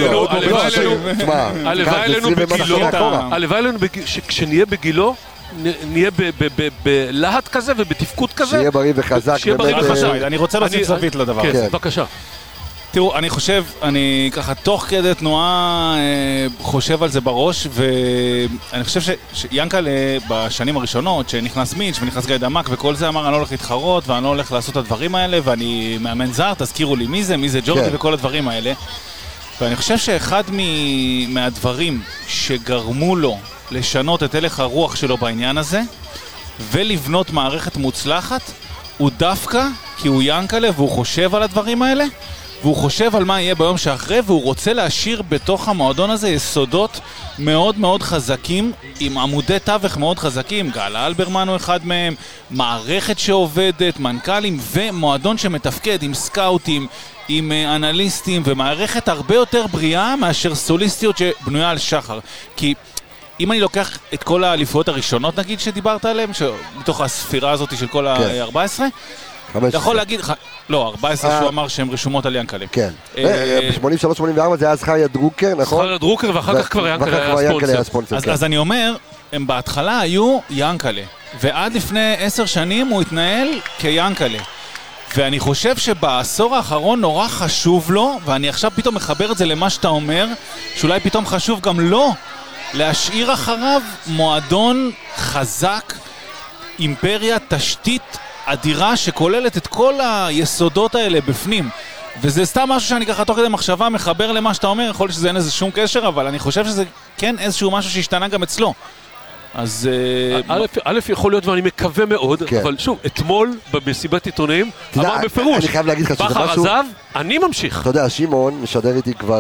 הלוואי לנו שכשנהיה בגילו, נהיה בלהט כזה ובתפקוד כזה.
שיהיה בריא וחזק.
אני רוצה להוסיף זווית לדבר הזה.
כן, בבקשה.
תראו, אני חושב, אני ככה תוך כדי תנועה חושב על זה בראש, ואני חושב שיאנקל'ה בשנים הראשונות, שנכנס מיץ' ונכנס גיא דמק וכל זה, אמר, אני לא הולך להתחרות ואני לא הולך לעשות את הדברים האלה, ואני מאמן זר, תזכירו לי מי זה ג'ורדי וכל הדברים האלה. ואני חושב שאחד מהדברים שגרמו לו לשנות את הלך הרוח שלו בעניין הזה, ולבנות מערכת מוצלחת, הוא דווקא כי הוא ינקל'ה והוא חושב על הדברים האלה, והוא חושב על מה יהיה ביום שאחרי, והוא רוצה להשאיר בתוך המועדון הזה יסודות מאוד מאוד חזקים, עם עמודי תווך מאוד חזקים. גל אלברמן הוא אחד מהם, מערכת שעובדת, מנכ"לים ומועדון שמתפקד עם סקאוטים, עם אנליסטים, ומערכת הרבה יותר בריאה מאשר סוליסטיות שבנויה על שחר. כי אם אני לוקח את כל האליפויות הראשונות, נגיד, שדיברת עליהן, מתוך הספירה הזאת של כל ה-14, אתה יכול להגיד, לא, 14 שהוא אמר שהן רשומות על ינקלה.
כן. ב-83-84 זה היה זכריה דרוקר, נכון?
זכריה דרוקר, ואחר כך כבר ינקלה היה ספונסר.
אז אני אומר, הם בהתחלה היו ינקלה, ועד לפני 10 שנים הוא התנהל כינקלה. ואני חושב שבעשור האחרון נורא חשוב לו, ואני עכשיו פתאום מחבר את זה למה שאתה אומר, שאולי פתאום חשוב גם לו להשאיר אחריו מועדון חזק, אימפריה, תשתית אדירה שכוללת את כל היסודות האלה בפנים. וזה סתם משהו שאני ככה תוך כדי מחשבה מחבר למה שאתה אומר, יכול להיות שזה אין איזה שום קשר, אבל אני חושב שזה כן איזשהו משהו שהשתנה גם אצלו. אז
א' יכול להיות ואני מקווה מאוד, אבל שוב, אתמול במסיבת עיתונאים אמר בפירוש,
אני חייב להגיד לך שזה משהו...
בכר עזב, אני ממשיך.
אתה יודע, שמעון משדר איתי כבר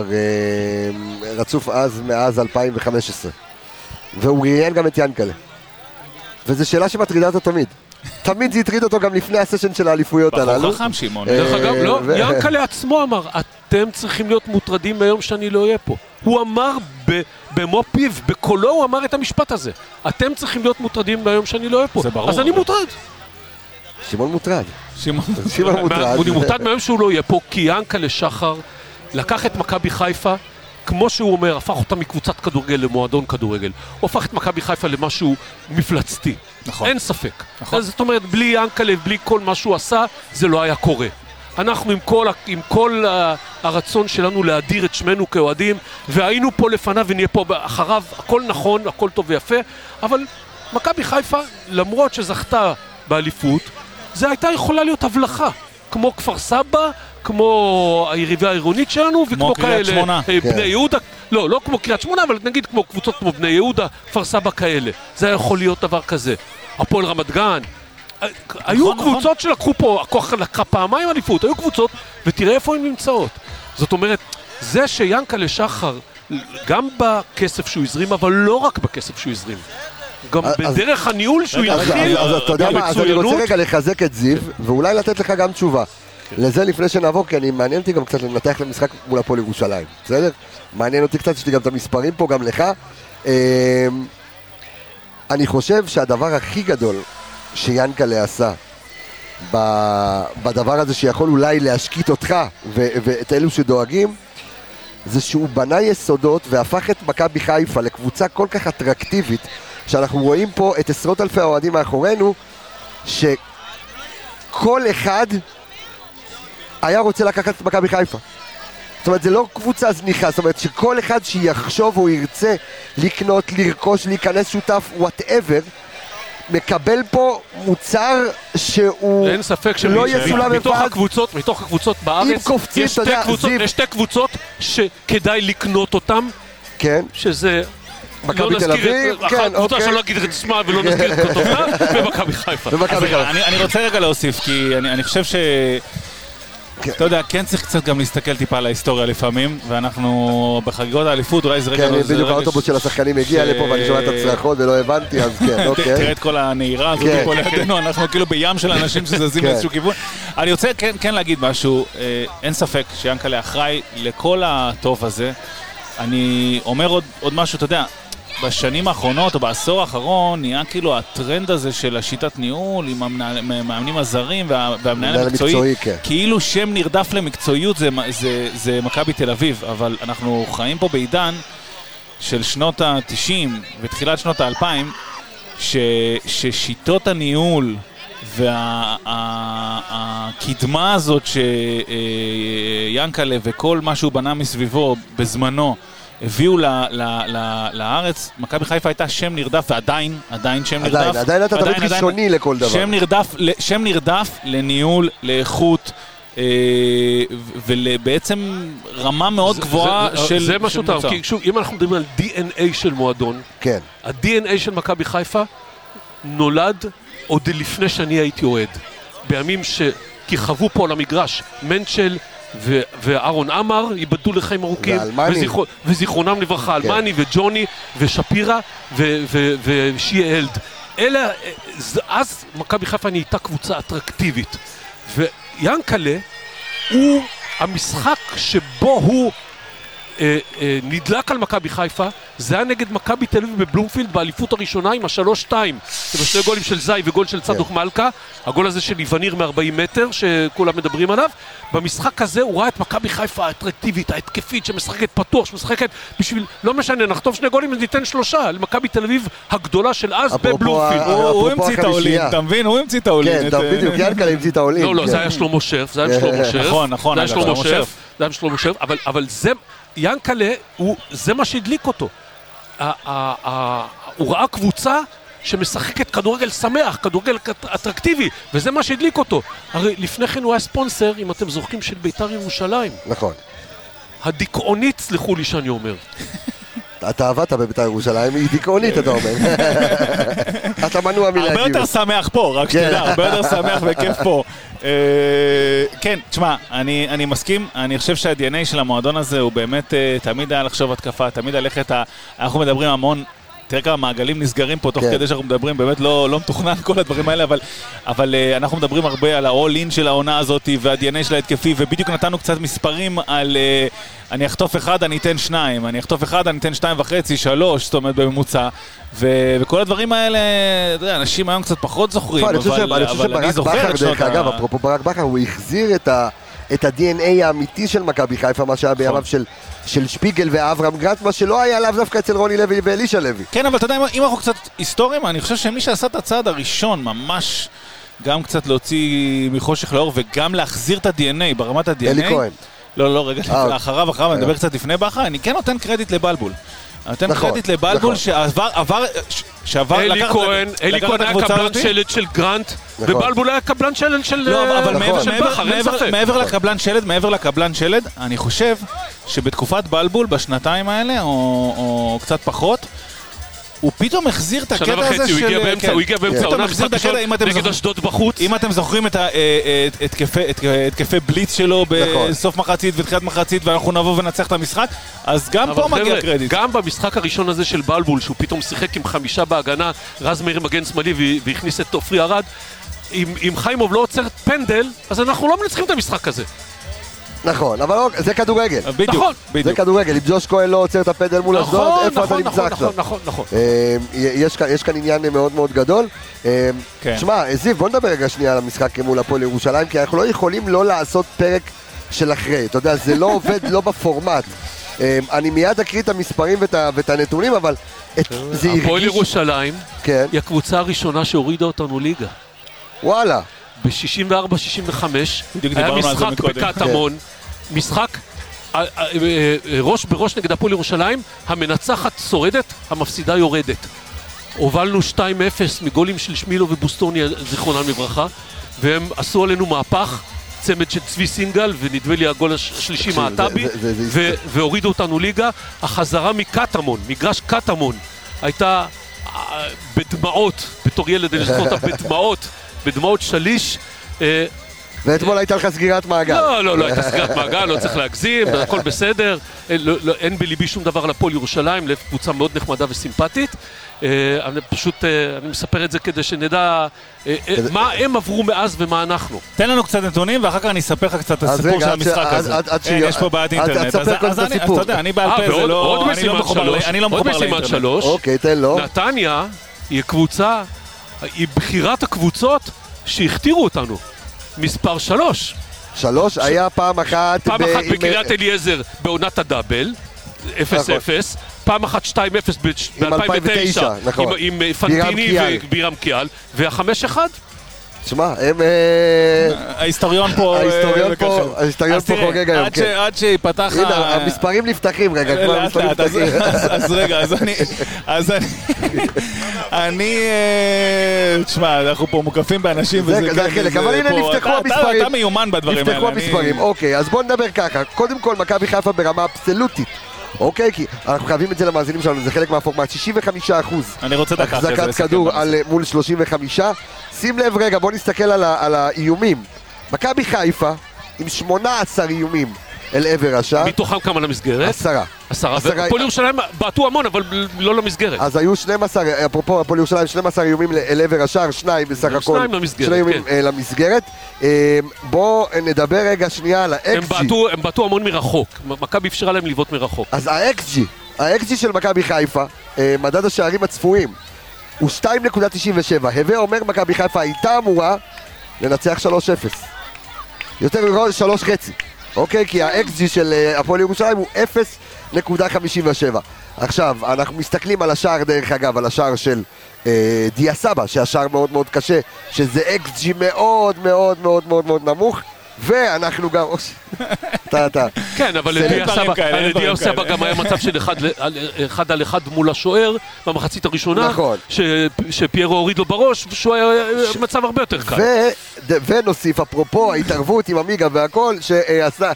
רצוף מאז 2015, והוא ראיין גם את ינקלה. וזו שאלה שמטרידה אותו תמיד. תמיד זה הטריד אותו גם לפני הסשן של האליפויות הללו.
בחור חכם, שמעון.
דרך אגב, לא, ינקלה עצמו אמר, אתם צריכים להיות מוטרדים מהיום שאני לא אהיה פה. הוא אמר במו פיו, בקולו הוא אמר את המשפט הזה. אתם צריכים להיות מוטרדים מהיום שאני לא אהיה פה. אז אני מוטרד.
שמעון מוטרד.
שמעון
מוטרד.
הוא מוטרד מהיום שהוא לא יהיה פה, כי ינקלה שחר לקח את מכבי חיפה, כמו שהוא אומר, הפך אותה מקבוצת כדורגל למועדון כדורגל. הוא הפך את מכבי חיפה למשהו מפלצתי.
נכון.
אין ספק.
נכון.
זאת אומרת, בלי ינקלה, בלי כל מה שהוא עשה, זה לא היה קורה. אנחנו עם כל הרצון שלנו להדיר את שמנו כאוהדים, והיינו פה לפניו ונהיה פה אחריו, הכל נכון, הכל טוב ויפה, אבל מכבי חיפה, למרות שזכתה באליפות, זה הייתה יכולה להיות הבלחה, כמו כפר סבא, כמו היריבה העירונית שלנו, וכמו כאלה, בני יהודה, לא כמו קריית שמונה, אבל נגיד כמו קבוצות כמו בני יהודה, כפר סבא כאלה. זה יכול להיות דבר כזה. הפועל רמת גן, היו קבוצות שלקחו פה, הכוח לקחה פעמיים אליפות, היו קבוצות, ותראה איפה הן נמצאות. זאת אומרת, זה שיינקלה שחר, גם בכסף שהוא הזרים, אבל לא רק בכסף שהוא הזרים, גם בדרך הניהול שהוא יתחיל,
אז אתה יודע מה, אז אני רוצה רגע לחזק את זיו, ואולי לתת לך גם תשובה. לזה לפני שנעבור, כי אני מעניין אותי גם קצת לנתח למשחק מול הפועל ירושלים, בסדר? מעניין אותי קצת, יש לי גם את המספרים פה, גם לך. אני חושב שהדבר הכי גדול שיינקלה עשה בדבר הזה שיכול אולי להשקיט אותך ואת אלו שדואגים, זה שהוא בנה יסודות והפך את מכבי חיפה לקבוצה כל כך אטרקטיבית, שאנחנו רואים פה את עשרות אלפי האוהדים מאחורינו, שכל אחד היה רוצה לקחת את מכבי חיפה. זאת אומרת, זה לא קבוצה זניחה, זאת אומרת שכל אחד שיחשוב או ירצה לקנות, לרכוש, להיכנס שותף, whatever, מקבל פה מוצר שהוא
אין ספק
לא יסולם לבד.
מתוך הקבוצות בארץ יש שתי קבוצות שכדאי לקנות אותן,
כן.
שזה
מכבי תל אביב, כן,
קבוצה שלא נגיד את שמה ולא נזכיר את כתובה, ומכבי חיפה.
אני רוצה רגע להוסיף, כי אני חושב ש... אתה יודע, כן צריך קצת גם להסתכל טיפה על ההיסטוריה לפעמים, ואנחנו בחגיגות האליפות, אולי זה רגע...
כן, בדיוק האוטובוס של השחקנים הגיע לפה ואני שומע את הצרחות ולא הבנתי, אז כן, אוקיי.
תראה את כל הנהירה הזאת פה לידינו, אנחנו כאילו בים של אנשים שזזים באיזשהו כיוון. אני רוצה כן להגיד משהו, אין ספק שיינקלה אחראי לכל הטוב הזה. אני אומר עוד משהו, אתה יודע, בשנים האחרונות או בעשור האחרון נהיה כאילו הטרנד הזה של השיטת ניהול עם המאמנים הזרים והמנהל המקצועי, כאילו שם נרדף למקצועיות זה מכבי תל אביב, אבל אנחנו חיים פה בעידן של שנות ה-90 ותחילת שנות ה-2000 ששיטות הניהול והקדמה הזאת שיינקלה וכל מה שהוא בנה מסביבו בזמנו הביאו לארץ, מכבי חיפה הייתה שם נרדף, ועדיין שם נרדף.
עדיין אתה תמיד ראשוני לכל דבר.
שם נרדף לניהול, לאיכות, ובעצם רמה מאוד גבוהה של...
זה משהו טוב, כי שוב, אם אנחנו מדברים על DNA של מועדון, ה-DNA של מכבי חיפה נולד עוד לפני שאני הייתי אוהד. בימים שכיכבו פה על המגרש, מנצ'ל, ואהרון אמר ייבדלו לחיים ארוכים, וזיכרונם לברכה, אלמני וג'וני ושפירה ושיאלד. אז מכבי חיפה נהייתה קבוצה אטרקטיבית, ויינקלה הוא המשחק שבו הוא נדלק על מכבי חיפה, זה היה נגד מכבי תל אביב בבלומפילד באליפות הראשונה עם ה-3-2. זה בשני גולים של זי וגול של צדוק מלכה, הגול הזה של איווניר מ-40 מטר שכולם מדברים עליו. במשחק הזה הוא ראה את מכבי חיפה האטרקטיבית, ההתקפית, שמשחקת פתוח, שמשחקת בשביל, לא משנה, נחטוף 2 גולים וניתן 3 למכבי תל אביב הגדולה של אז בבלומפילד.
הוא המציא את העולים, אתה מבין? הוא המציא את העולים.
כן, בדיוק, ינקלה המציא את העולים.
לא, זה היה שלמה שרף, זה היה שלמה שרף.
נכון,
זה היה שלמה שרף, אבל זה, ינקלה, זה מה שהדליק אותו. הוא ראה קבוצה שמשחקת כדורגל שמח, כדורגל אטרקטיבי, וזה מה שהדליק אותו. הרי לפני כן הוא היה ספונסר, אם אתם זוכרים, של בית"ר ירושלים.
נכון.
הדיכאונית, סליחו לי שאני אומר.
אתה עבדת בבית"ר ירושלים, היא דיכאונית, אתה אומר. אתה מנוע מלהגיב.
הרבה יותר שמח פה, רק שתדע, הרבה יותר שמח וכיף פה. כן, תשמע, אני מסכים, אני חושב שה-DNA של המועדון הזה הוא באמת תמיד היה לחשוב התקפה, תמיד ללכת, אנחנו מדברים המון, תראה כמה מעגלים נסגרים פה תוך כדי שאנחנו מדברים, באמת לא מתוכנן כל הדברים האלה, אבל אנחנו מדברים הרבה על ה-all-in של העונה הזאת וה-DNA של ההתקפי, ובדיוק נתנו קצת מספרים על אני אחטוף 1, אני אתן 2, אני אחטוף 1, אני אתן 2.5, 3, זאת אומרת בממוצע, וכל הדברים האלה, אנשים היום קצת פחות זוכרים, אבל אני זוכר את שנות
אגב, אפרופו ברק בכר, הוא החזיר את ה-DNA האמיתי של מכבי חיפה, מה שהיה בימיו של שפיגל ואברהם גרנט, מה שלא היה לאו דווקא אצל רוני לוי ואלישע לוי.
כן, אבל אתה יודע, אם אנחנו קצת היסטוריים, אני חושב שמי שעשה את הצעד הראשון, ממש גם קצת להוציא מחושך לאור, וגם להחזיר את ה-DNA, ברמת ה-DNA.
אלי כהן.
לא, רגע, אחריו, אני מדבר קצת לפני בכר, אני כן נותן קרדיט לבלבול. אני נותן קרדיט לבלבול שעבר
אלי כהן היה קבלן שלד של גרנט, ובלבול היה קבלן שלד של בכר, אין ספק.
מעבר לקבלן שלד, אני חושב שבתקופת בלבול, בשנתיים האלה, או קצת פחות, הוא פתאום החזיר את הקטע הזה של...
הוא הגיע באמצע העונה, נגד אשדוד בחוץ.
אם אתם זוכרים את התקפי בליץ שלו בסוף מחצית ותחילת מחצית, ואנחנו נבוא ונצח את המשחק, אז גם פה מגיע קרדיט.
גם במשחק הראשון הזה של בלבול, שהוא פתאום שיחק עם 5 בהגנה, רז מאיר מגן שמאלי והכניס את עופרי ארד, אם חיימוב לא עוצר פנדל, אז אנחנו לא מנצחים את המשחק הזה.
נכון, אבל זה כדורגל.
נכון.
זה כדורגל, אם ג'וש כהן לא עוצר את הפנדל מול אשדוד, איפה אתה נמצא עכשיו?
נכון.
יש כאן עניין מאוד מאוד גדול. שמע, זיו, בוא נדבר רגע שנייה על המשחק מול הפועל ירושלים, כי אנחנו לא יכולים לא לעשות פרק של אחרי. אתה יודע, זה לא עובד לא בפורמט. אני מיד אקריא את המספרים ואת הנתונים, אבל זה הרגיש...
הפועל ירושלים היא הקבוצה הראשונה שהורידה אותנו ליגה.
וואלה.
ב-64-65 היה משחק בקטמון, משחק ראש בראש נגד הפועל ירושלים, המנצחת שורדת, המפסידה יורדת. הובלנו 2-0 מגולים של שמילו ובוסטוני, זיכרונם לברכה, והם עשו עלינו מהפך, צמד של צבי סינגל, ונדמה לי הגול השלישי מהטאבי, והורידו אותנו ליגה. החזרה מקטמון, מגרש קטמון, הייתה בדמעות, בתור ילד אני זוכר אותה בדמעות שליש.
ואתמול הייתה לך סגירת מעגל.
לא הייתה סגירת מעגל, לא צריך להגזים, הכל בסדר. אין בליבי שום דבר על הפועל ירושלים, קבוצה מאוד נחמדה וסימפטית. אני מספר את זה כדי שנדע מה הם עברו מאז ומה אנחנו.
תן לנו קצת נתונים ואחר כך אני אספר לך קצת את הסיפור של המשחק הזה. יש פה בעיית אינטרנט.
אז אתה יודע,
אני בעל פה, אני לא מחובר לאינטרנט.
אוקיי, תן לו.
נתניה היא קבוצה, היא בחירת הקבוצות שהכתירו אותנו. מספר 3.
3 היה פעם אחת
בקריית אליעזר בעונת הדאבל 0-0, פעם אחת 2-0 ב-2009 עם פנטיני ובירם קיאל, וה-5-1
תשמע, הם...
ההיסטוריון פה
חוגג היום, כן.
עד שיפתח...
הנה, המספרים נפתחים רגע, כבר המספרים נפתחים.
אז רגע, אז אני... תשמע, אנחנו פה מוקפים באנשים וזה...
זה חלק, אבל הנה נפתחו המספרים.
אתה מיומן בדברים האלה.
נפתחו המספרים, אוקיי, אז בואו נדבר ככה. קודם כל, מכבי חיפה ברמה אבסולוטית. אוקיי, כי אנחנו חייבים את זה למאזינים שלנו, זה חלק מהפורמט, 65% החזקת כדור מול 35. שים לב רגע, בוא נסתכל על האיומים. מכבי חיפה עם 18 איומים אל עבר השער.
מתוכם כמה למסגרת?
10.
הפועל ירושלים בעטו המון, אבל לא למסגרת.
אז היו 12, אפרופו הפועל ירושלים, 12 איומים לעבר השער, 2 בסך הכל.
2 למסגרת,
שני איומים למסגרת. בואו נדבר רגע שנייה על ה-XG.
הם בעטו המון מרחוק. מכבי אפשרה להם לבעוט מרחוק.
אז ה-XG של מכבי חיפה, מדד השערים הצפויים, הוא 2.97. הווה אומר מכבי חיפה הייתה אמורה לנצח 3-0. יותר מראות 3 חצי. אוקיי? כי ה-XG של הפועל ירושלים הוא 0.57. עכשיו, אנחנו מסתכלים על השער, דרך אגב, על השער של דיה סבא, שהשער מאוד מאוד קשה, שזה XG מאוד מאוד מאוד מאוד מאוד נמוך, ואנחנו גם...
כן, אבל לדיה סבא גם היה מצב של 1 על 1 מול השוער במחצית הראשונה, שפיירו הוריד לו בראש, שהוא היה מצב הרבה יותר קל.
ונוסיף, אפרופו ההתערבות עם אמיגה והכל, שעשה...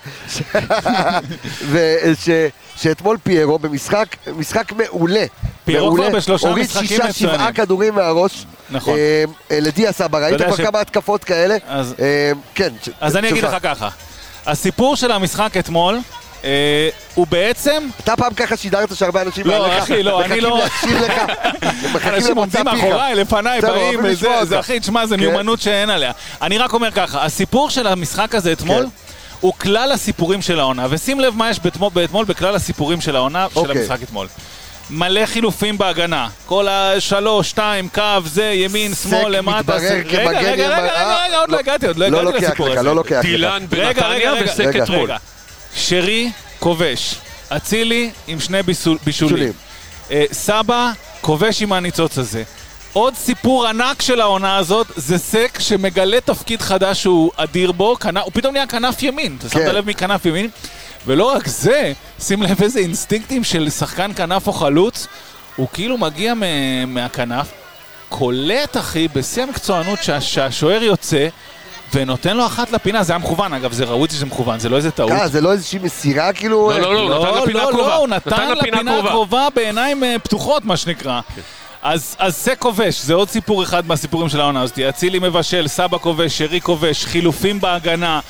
שאתמול פיירו במשחק מעולה.
פיירו כבר בשלושה משחקים
הוריד 6-7 כדורים מהראש.
נכון.
לדיה סבא, ראית כבר כמה התקפות כאלה? כן.
אז אני אגיד לך ככה, הסיפור של המשחק אתמול, הוא בעצם...
אתה פעם ככה שידרת שהרבה אנשים...
לא, אחי, לא, אני לא...
מחכים להקשיב לך.
אנשים עומדים מאחוריי, לפניי, באים, זה אחי, תשמע, זה מיומנות שאין עליה. אני רק אומר ככה, הסיפור של המשחק הזה אתמול, הוא כלל הסיפורים של העונה, ושים לב מה יש באתמול בכלל הסיפורים של העונה של המשחק אתמול. מלא חילופים בהגנה, כל 3, 2, קו, זה, ימין, שמאל, למטה. רגע, עוד לא הגעתי לסיפור הזה.
לא לוקח לך.
דילן בנתניה וסק אתמול.
שרי כובש, אצילי עם 2 בישולים. סבא כובש עם הניצוץ הזה. עוד סיפור ענק של העונה הזאת, זה סק שמגלה תפקיד חדש שהוא אדיר בו, הוא פתאום נהיה כנף ימין, אתה שמת לב מכנף ימין, ולא רק זה, שים לב איזה אינסטינקטים של שחקן כנף או חלוץ, הוא כאילו מגיע מהכנף, קולט אחי בשיא המקצוענות שהשוער יוצא, ונותן לו אחת לפינה, זה היה מכוון, אגב, זה ראוי שזה מכוון, זה לא איזה טעות.
זה לא איזושהי מסירה כאילו?
לא, הוא נתן לפינה הקרובה בעיניים פתוחות, מה שנקרא. אז סק כובש, זה עוד סיפור אחד מהסיפורים של העונה הזאת. אצילי מבשל, סבא כובש, שרי כובש, חילופים בהגנה,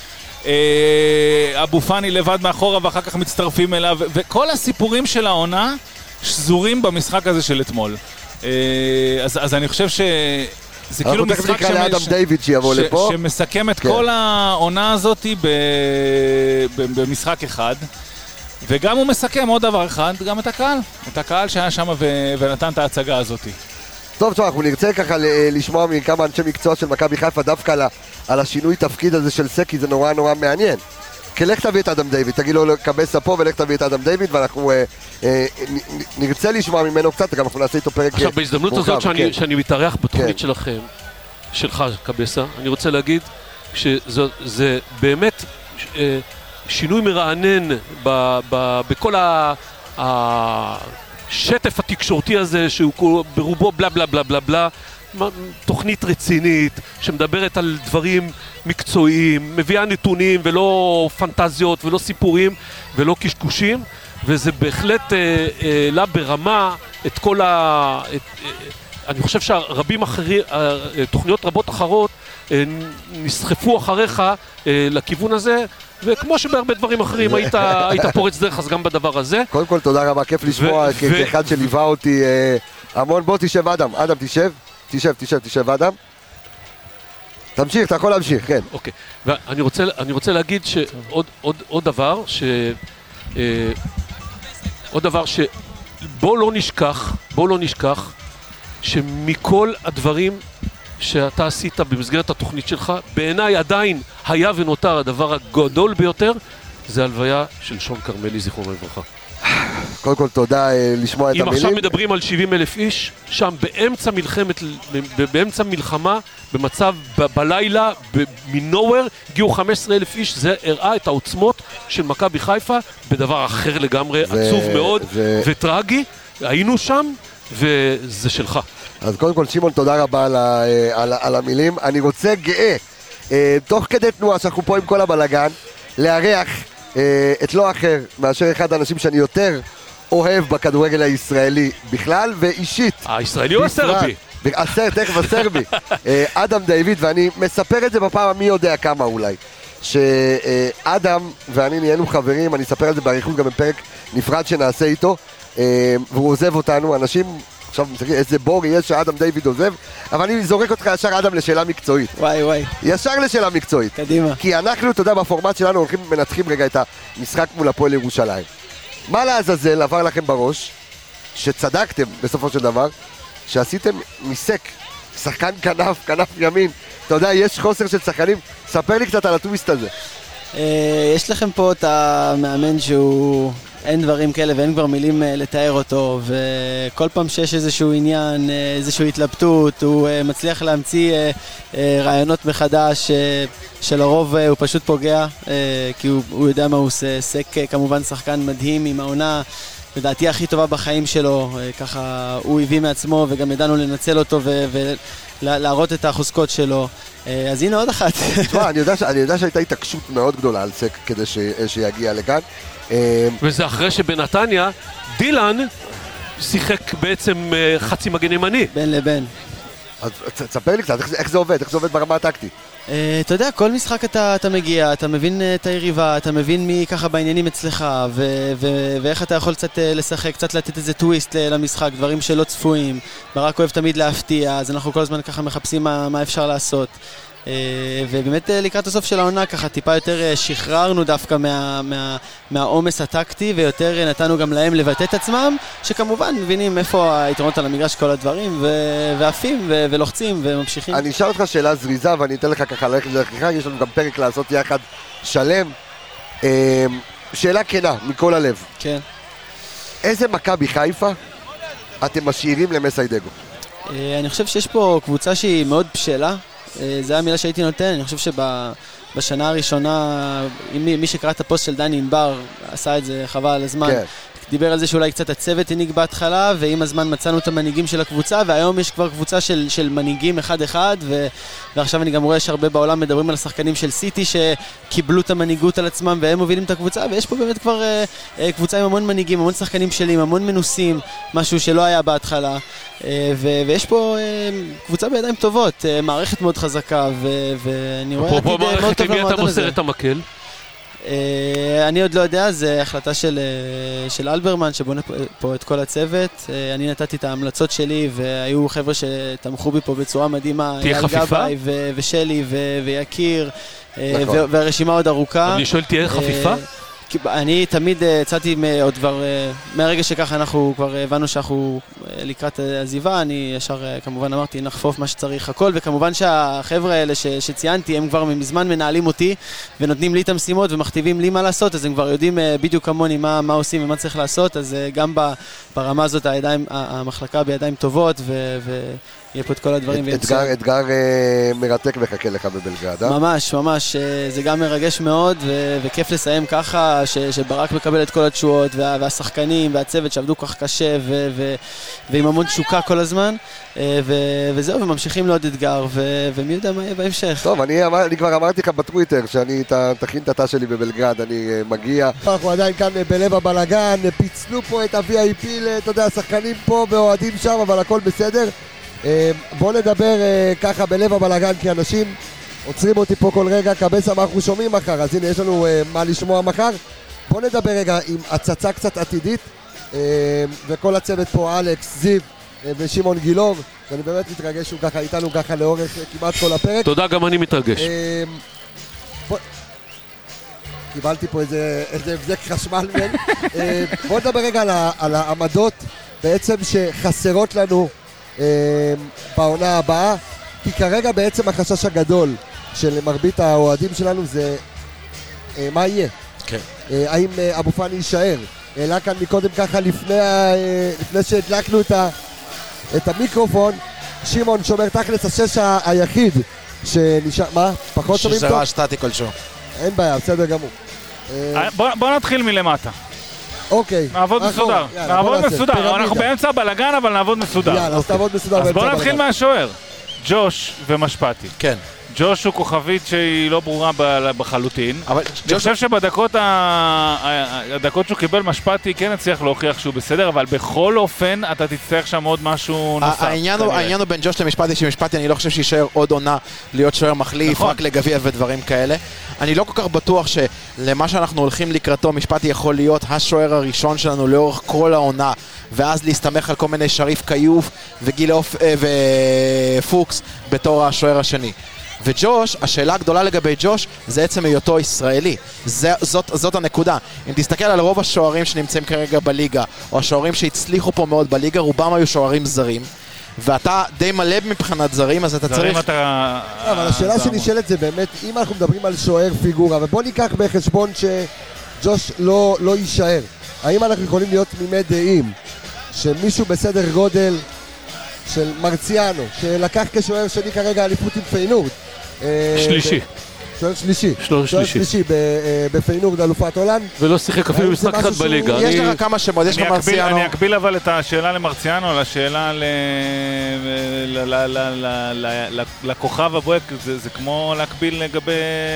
אבו פאני לבד מאחורה ואחר כך מצטרפים אליו, וכל הסיפורים של העונה שזורים במשחק הזה של אתמול. אז אני חושב שזה כאילו משחק שמסכם את כל העונה הזאת במשחק אחד. וגם הוא מסכם עוד דבר אחד, גם את הקהל שהיה שם ונתן את ההצגה הזאת.
טוב, אנחנו נרצה ככה לשמוע מכמה אנשי מקצוע של מכבי חיפה דווקא על השינוי תפקיד הזה של סק, כי זה נורא נורא מעניין. כי לך תביא את אדם דיוויד, תגיד לו לקבס פה ולך תביא את אדם דיוויד, ואנחנו נרצה לשמוע ממנו קצת, וגם אנחנו נעשה איתו פרק מורכב.
עכשיו, בהזדמנות הזאת שאני מתארח בתוכנית שלכם, שלך קבסה, אני רוצה להגיד שזה באמת שינוי מרענן בכל השטף התקשורתי הזה, שהוא ברובו בלה בלה בלה בלה בלה, תוכנית רצינית שמדברת על דברים מקצועיים, מביאה נתונים ולא פנטזיות ולא סיפורים ולא קשקושים, וזה בהחלט לה ברמה את כל אני חושב שהרבים אחרים, תוכניות רבות אחרות נסחפו אחריך לכיוון הזה, וכמו שבהרבה דברים אחרים היית פורץ דרך, אז גם בדבר הזה.
קודם כל תודה רבה, כיף לשמוע כאחד שליווה אותי המון. בוא תשב אדם, תשב אדם. תמשיך, אתה יכול להמשיך, כן.
אוקיי, ואני רוצה להגיד שעוד דבר בוא לא נשכח שמכל הדברים שאתה עשית במסגרת התוכנית שלך, בעיניי עדיין היה ונותר הדבר הגדול ביותר, זה הלוויה של שון קרמלי, זיכרונו לברכה.
קודם כל תודה לשמוע את המילים.
אם עכשיו מדברים על 70,000 איש, שם באמצע מלחמה, במצב בלילה, מנוהוור, הגיעו 15,000 איש, זה הראה את העוצמות של מכבי חיפה, בדבר אחר לגמרי, עצוב מאוד וטרגי. היינו שם, וזה שלך.
אז קודם כל, שמעון, תודה רבה על המילים. אני רוצה גאה, תוך כדי תנועה שאנחנו פה עם כל הבלגן, לארח את לא אחר מאשר אחד האנשים שאני יותר אוהב בכדורגל הישראלי בכלל, ואישית.
הישראלי או הסרבי?
תכף הסרבי. אדם דיוויד, ואני מספר את זה בפעם מי יודע כמה אולי. שאדם ואני נהיינו חברים, אני אספר על זה בעריכות גם בפרק נפרד שנעשה איתו, והוא עוזב אותנו, אנשים עכשיו מסתכלים איזה בור יהיה שאדם דיוויד עוזב, אבל אני זורק אותך ישר אדם לשאלה מקצועית.
וואי.
ישר לשאלה מקצועית.
קדימה.
כי אנחנו, אתה יודע, בפורמט שלנו הולכים מנתחים רגע את המשחק מול הפועל ירושלים. מה לעזאזל עבר לכם בראש, שצדקתם בסופו של דבר, שעשיתם מסק, שחקן כנף ימין, אתה יודע, יש חוסר של שחקנים, ספר לי קצת על הטוויסט הזה.
יש לכם פה את המאמן שהוא... אין דברים כאלה ואין כבר מילים לתאר אותו, וכל פעם שיש איזשהו עניין, איזושהי התלבטות, הוא מצליח להמציא רעיונות מחדש, שלרוב הוא פשוט פוגע, כי הוא יודע מה הוא עושה. סק כמובן שחקן מדהים עם העונה, לדעתי הכי טובה בחיים שלו, ככה הוא הביא מעצמו וגם ידענו לנצל אותו ולהראות את החוזקות שלו. אז הנה עוד אחת.
תשמע, אני יודע שהייתה התעקשות מאוד גדולה על סק כדי שיגיע לכאן.
וזה אחרי שבנתניה דילן שיחק בעצם חצי מגן ימני.
בין לבין.
אז תספר לי קצת, איך זה עובד? איך זה עובד ברמה הטקטית?
אתה יודע, כל משחק אתה מגיע, אתה מבין את היריבה, אתה מבין מי ככה בעניינים אצלך, ואיך אתה יכול קצת לשחק, קצת לתת איזה טוויסט למשחק, דברים שלא צפויים. ברק אוהב תמיד להפתיע, אז אנחנו כל הזמן ככה מחפשים מה אפשר לעשות. ובאמת לקראת הסוף של העונה ככה טיפה יותר שחררנו דווקא מהעומס הטקטי, ויותר נתנו גם להם לבטא את עצמם, שכמובן מבינים איפה היתרונות על המגרש, כל הדברים, ועפים ולוחצים וממשיכים.
אני אשאל אותך שאלה זריזה ואני אתן לך ככה ללכת לדרכך, יש לנו גם פרק לעשות יחד שלם. שאלה כנה מכל הלב.
כן.
איזה מכבי חיפה אתם משאירים למסיידגו?
אני חושב שיש פה קבוצה שהיא מאוד בשלה, זה המילה שהייתי נותן. אני חושב שבשנה הראשונה, מי שקרא את הפוסט של דני ענבר עשה את זה חבל על הזמן, כן. דיבר על זה שאולי קצת הצוות הניג בהתחלה, ועם הזמן מצאנו את המנהיגים של הקבוצה, והיום יש כבר קבוצה של מנהיגים אחד-אחד, ועכשיו אני גם רואה שהרבה בעולם מדברים על השחקנים של סיטי שקיבלו את המנהיגות על עצמם והם מובילים את הקבוצה, ויש פה באמת כבר קבוצה עם המון מנהיגים, המון שחקנים שלי, המון מנוסים, משהו שלא היה בהתחלה, ויש פה קבוצה בידיים טובות, מערכת מאוד חזקה, ואני רואה עתיד מאוד טוב למועדון הזה. אני עוד לא יודע, זה החלטה של אלברמן שבונה פה את כל הצוות. אני נתתי את ההמלצות שלי והיו חבר'ה שתמכו בי פה בצורה מדהימה.
תהיה חפיפה?
ושלי ויקיר, והרשימה עוד ארוכה.
אני שואל, תהיה חפיפה?
אני תמיד הצעתי עוד כבר, מהרגע שככה אנחנו כבר הבנו שאנחנו לקראת עזיבה, אני ישר כמובן אמרתי נחפוף מה שצריך הכל, וכמובן שהחבר'ה האלה שציינתי הם כבר מזמן מנהלים אותי ונותנים לי את המשימות ומכתיבים לי מה לעשות, אז הם כבר יודעים בדיוק כמוני מה עושים ומה צריך לעשות, אז גם ברמה הזאת המחלקה בידיים טובות יהיה פה את כל הדברים.
אתגר מרתק מחכה לך בבלגרד, אה?
ממש, ממש, זה גם מרגש מאוד וכיף לסיים ככה, שברק מקבל את כל התשואות והשחקנים והצוות שעבדו כל כך קשה ועם המון תשוקה כל הזמן, וזהו, וממשיכים לעוד אתגר, ומי יודע מה יהיה בהמשך.
טוב, אני כבר אמרתי לך בטוויטר שאני תכין את התא שלי בבלגרד, אני מגיע. אנחנו עדיין כאן בלב הבלגן, פיצלו פה את ה-VIP, אתה יודע, השחקנים פה ואוהדים שם, אבל הכל בסדר. בוא נדבר ככה בלב הבלגן, כי אנשים עוצרים אותי פה כל רגע, קבסה מה אנחנו שומעים מחר, אז הנה יש לנו מה לשמוע מחר. בוא נדבר רגע עם הצצה קצת עתידית, וכל הצוות פה, אלכס, זיו ושמעון גילור, שאני באמת מתרגש שהוא ככה איתנו ככה לאורך כמעט כל הפרק.
תודה, גם אני מתרגש.
קיבלתי פה איזה הבזק חשמל מן. בוא נדבר רגע על העמדות בעצם שחסרות לנו בעונה הבאה, כי כרגע בעצם החשש הגדול של מרבית האוהדים שלנו זה מה יהיה?
כן.
האם אבו פאני יישאר? העלה כאן מקודם ככה לפני שהדלקנו את המיקרופון, שמעון שומר תכלס השש היחיד שנשאר, מה? פחות שומעים טוב?
שזה רעש סטטי כלשהו.
אין בעיה, בסדר גמור.
בוא נתחיל מלמטה.
אוקיי.
נעבוד מסודר. נעבוד מסודר. אנחנו באמצע הבלגן, אבל נעבוד מסודר.
יאללה, אז תעבוד מסודר.
אז בוא נתחיל מהשוער. ג'וש ומשפטי.
כן.
ג'וש הוא כוכבית שהיא לא ברורה בחלוטין. אני חושב שבדקות שהוא קיבל משפטי כן הצליח להוכיח שהוא בסדר, אבל בכל אופן אתה תצטרך שם עוד משהו נוסף.
העניין הוא בין ג'וש למשפטי, שמשפטי אני לא חושב שישאר עוד עונה להיות שוער מחליף, רק לגביע ודברים כאלה. אני לא כל כך בטוח שלמה שאנחנו הולכים לקראתו, משפטי יכול להיות השוער הראשון שלנו לאורך כל העונה, ואז להסתמך על כל מיני שריף קיוף ופוקס בתור השוער השני. וג'וש, השאלה הגדולה לגבי ג'וש זה עצם היותו ישראלי. זאת הנקודה. אם תסתכל על רוב השוערים שנמצאים כרגע בליגה, או השוערים שהצליחו פה מאוד בליגה, רובם היו שוערים זרים. ואתה די מלא מבחינת זרים, אז אתה צריך...
אבל השאלה שנשאלת זה באמת, אם אנחנו מדברים על שוער פיגורה, ובוא ניקח בחשבון שג'וש לא יישאר, האם אנחנו יכולים להיות תמימי דעים שמישהו בסדר גודל של מרציאנו, שלקח כשוער שני כרגע אליפות עם פיינורד,
שלישי.
שוער שלישי בפיינורד אלופת הולנד,
ולא שיחק אפילו משחק אחד בליגה.
יש לך כמה שמות, יש לך מרציאנו.
אני אקביל אבל את השאלה למרציאנו לשאלה לכוכב הבויק, זה כמו להקביל לגבי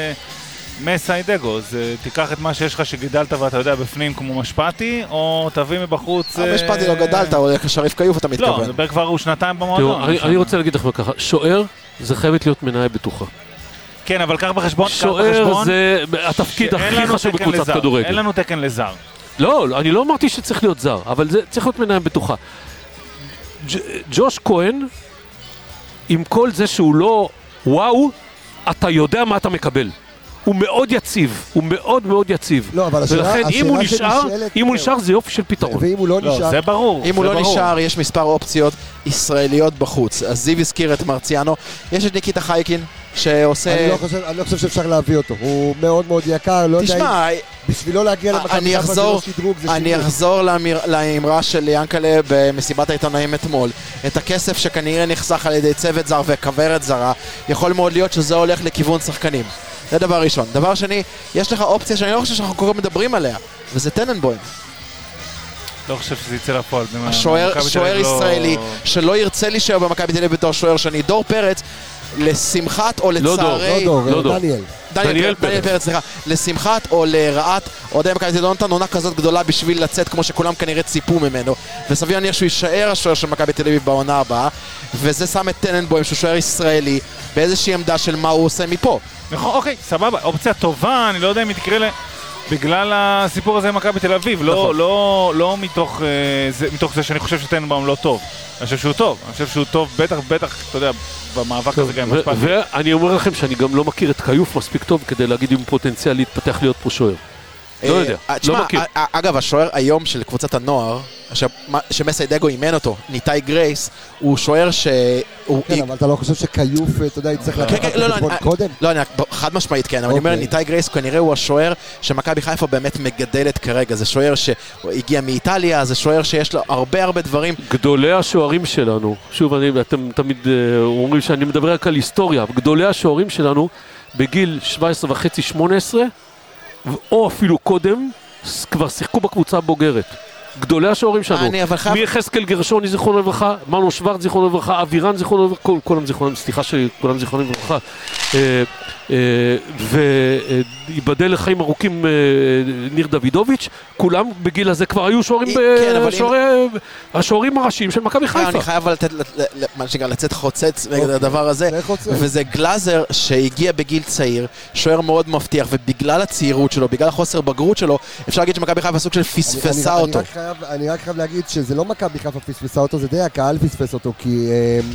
מסי דגו, תיקח את מה שיש לך שגידלת ואתה יודע בפנים כמו משפטי, או תביא מבחוץ...
משפטי לא גדלת, או שריף קיוף אתה מתכוון.
לא, זה כבר הוא שנתיים במועדון.
אני רוצה להגיד לכם ככה, שוער זה חייבת להיות מניה בטוחה.
כן, אבל קח בחשבון...
שוער זה התפקיד הכי חשוב בקבוצת כדורגל.
אין לנו תקן לזר.
לא, אני לא אמרתי שצריך להיות זר, אבל זה צריך להיות מניה בטוחה. ג'וש כהן, עם כל זה שהוא לא וואו, אתה מה אתה מקבל. הוא מאוד יציב, הוא מאוד מאוד יציב.
לא, אבל
ולכן אם הוא נשאר זה יופי של פתרון.
ואם הוא לא נשאר...
זה ברור.
אם הוא לא נשאר, יש מספר אופציות ישראליות בחוץ. אז זיו הזכיר את מרציאנו. יש את ניקיטה חייקין שעושה...
אני לא חושב שאפשר להביא אותו. הוא מאוד מאוד יקר, לא יודע...
תשמע...
בשבילו להגיע למכבי חיפה זה לא שדרוג, זה
אני אחזור לאמרה של ינקלה במסיבת העיתונאים אתמול. את הכסף שכנראה נחסך על ידי צוות זר וכוורת זרה, יכול מאוד להיות שזה הולך לכיוון שחקנים. זה דבר ראשון. דבר שני, יש לך אופציה שאני לא חושב שאנחנו כל כך מדברים עליה, וזה טננבוים.
לא חושב שזה יצא לפועל.
שוער ישראלי שלא ירצה להישאר במכבי תל אביב בתור שוער שני. דור פרץ, לשמחת או לצערי... דניאל פרץ, סליחה. לשמחת או לרעת, אוהדי מכבי תל אביב לא נתן עונה כזאת גדולה בשביל לצאת כמו שכולם כנראה ציפו ממנו. וסביר להניח שהוא יישאר השוער של מכבי תל אביב בעונה הבאה, וזה שם את טננבוים שהוא שוער ישראלי באיזושהי עמדה של מה הוא עושה מפה.
נכון, אוקיי, סבבה, אופציה טובה, אני לא יודע אם היא תקרה בגלל הסיפור הזה עם מכבי תל אביב, לא מתוך זה שאני חושב שטננבאום לא טוב. אני חושב שהוא טוב, בטח, אתה יודע, במאבק הזה גם משפט.
ואני אומר לכם שאני גם לא מכיר את קיוף מספיק טוב כדי להגיד אם פוטנציאל להתפתח להיות פה שוער. לא יודע, לא מכיר.
אגב, השוער היום של קבוצת הנוער, שמסי דגו אימן אותו, ניטאי גרייס, הוא שוער
כן, אבל אתה לא חושב שקיוף, אתה יודע, יצטרך לקחת את החשבון קודם?
לא, חד משמעית כן, אבל אני אומר, ניטאי גרייס כנראה הוא השוער שמכבי חיפה באמת מגדלת כרגע, זה שוער שהגיע מאיטליה, זה שוער שיש לו הרבה דברים.
גדולי השוערים שלנו, שוב, אתם תמיד אומרים שאני מדבר רק על היסטוריה, גדולי השוערים שלנו בגיל 17.5-18, או אפילו קודם, כבר שיחקו בקבוצה הבוגרת. גדולי השוערים שלנו, מיחזקאל גרשוני זיכרונו לברכה, מנו שוורץ זיכרונו לברכה, אבירן זיכרונו לברכה, כולם זיכרונו, סליחה שלי, כולם זיכרונו לברכה, ויבדל לחיים ארוכים ניר דוידוביץ', כולם בגיל הזה כבר היו השוערים הראשיים של מכבי חיפה.
אני חייב לצאת חוצץ נגד הדבר הזה, וזה גלאזר שהגיע בגיל צעיר, שוער מאוד מבטיח, ובגלל הצעירות שלו, בגלל החוסר בגרות שלו, אפשר להגיד שמכבי חיפה סוג של פספסה אותו.
אני רק חייב להגיד שזה לא מכבי חיפה פספסה אותו, זה די הקהל פספס אותו, כי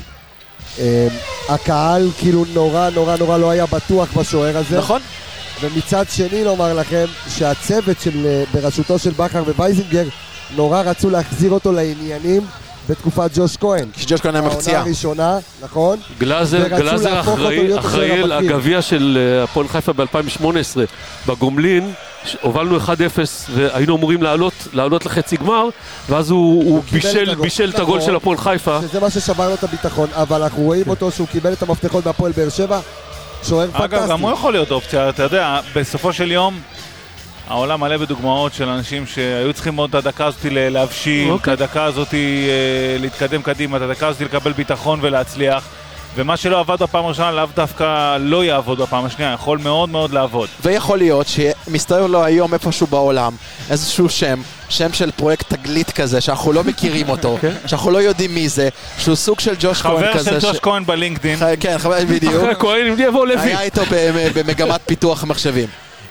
הקהל כאילו נורא לא היה בטוח בשוער הזה.
נכון.
ומצד שני נאמר לכם שהצוות בראשותו של בכר ווייזינגר נורא רצו להחזיר אותו לעניינים בתקופת ג'וש כהן.
כשג'וש כהן היה מחצייה.
העונה הראשונה, נכון?
גלאזר אחראי על הגביע של הפועל חיפה ב-2018 בגומלין, הובלנו 1-0 והיינו אמורים לעלות לחצי גמר, ואז הוא בישל את הגול של הפועל חיפה.
שזה מה ששבר לו את הביטחון, אבל אנחנו רואים אותו שהוא קיבל את המפתחות בהפועל באר שבע, שוער פנטסטי.
אגב, גם הוא יכול להיות אופציה, אתה יודע, בסופו של יום העולם מלא בדוגמאות של אנשים שהיו צריכים מאוד את הדקה הזאת להבשיל, את הדקה הזאת להתקדם קדימה, את הדקה הזאת לקבל ביטחון ולהצליח. ומה שלא עבד בפעם הראשונה, לאו דווקא לא יעבוד בפעם השנייה, יכול מאוד מאוד לעבוד.
ויכול להיות שמסתובב לו היום איפשהו בעולם איזשהו שם של פרויקט תגלית כזה, שאנחנו לא מכירים אותו, שאנחנו לא יודעים מי זה, שהוא סוג של ג'וש כהן כזה.
חבר של ג'וש כהן בלינקדין.
כן, חבר בדיוק.
כהן, אם יבוא לוי.
היה איתו במגמת פיתוח מחשבים.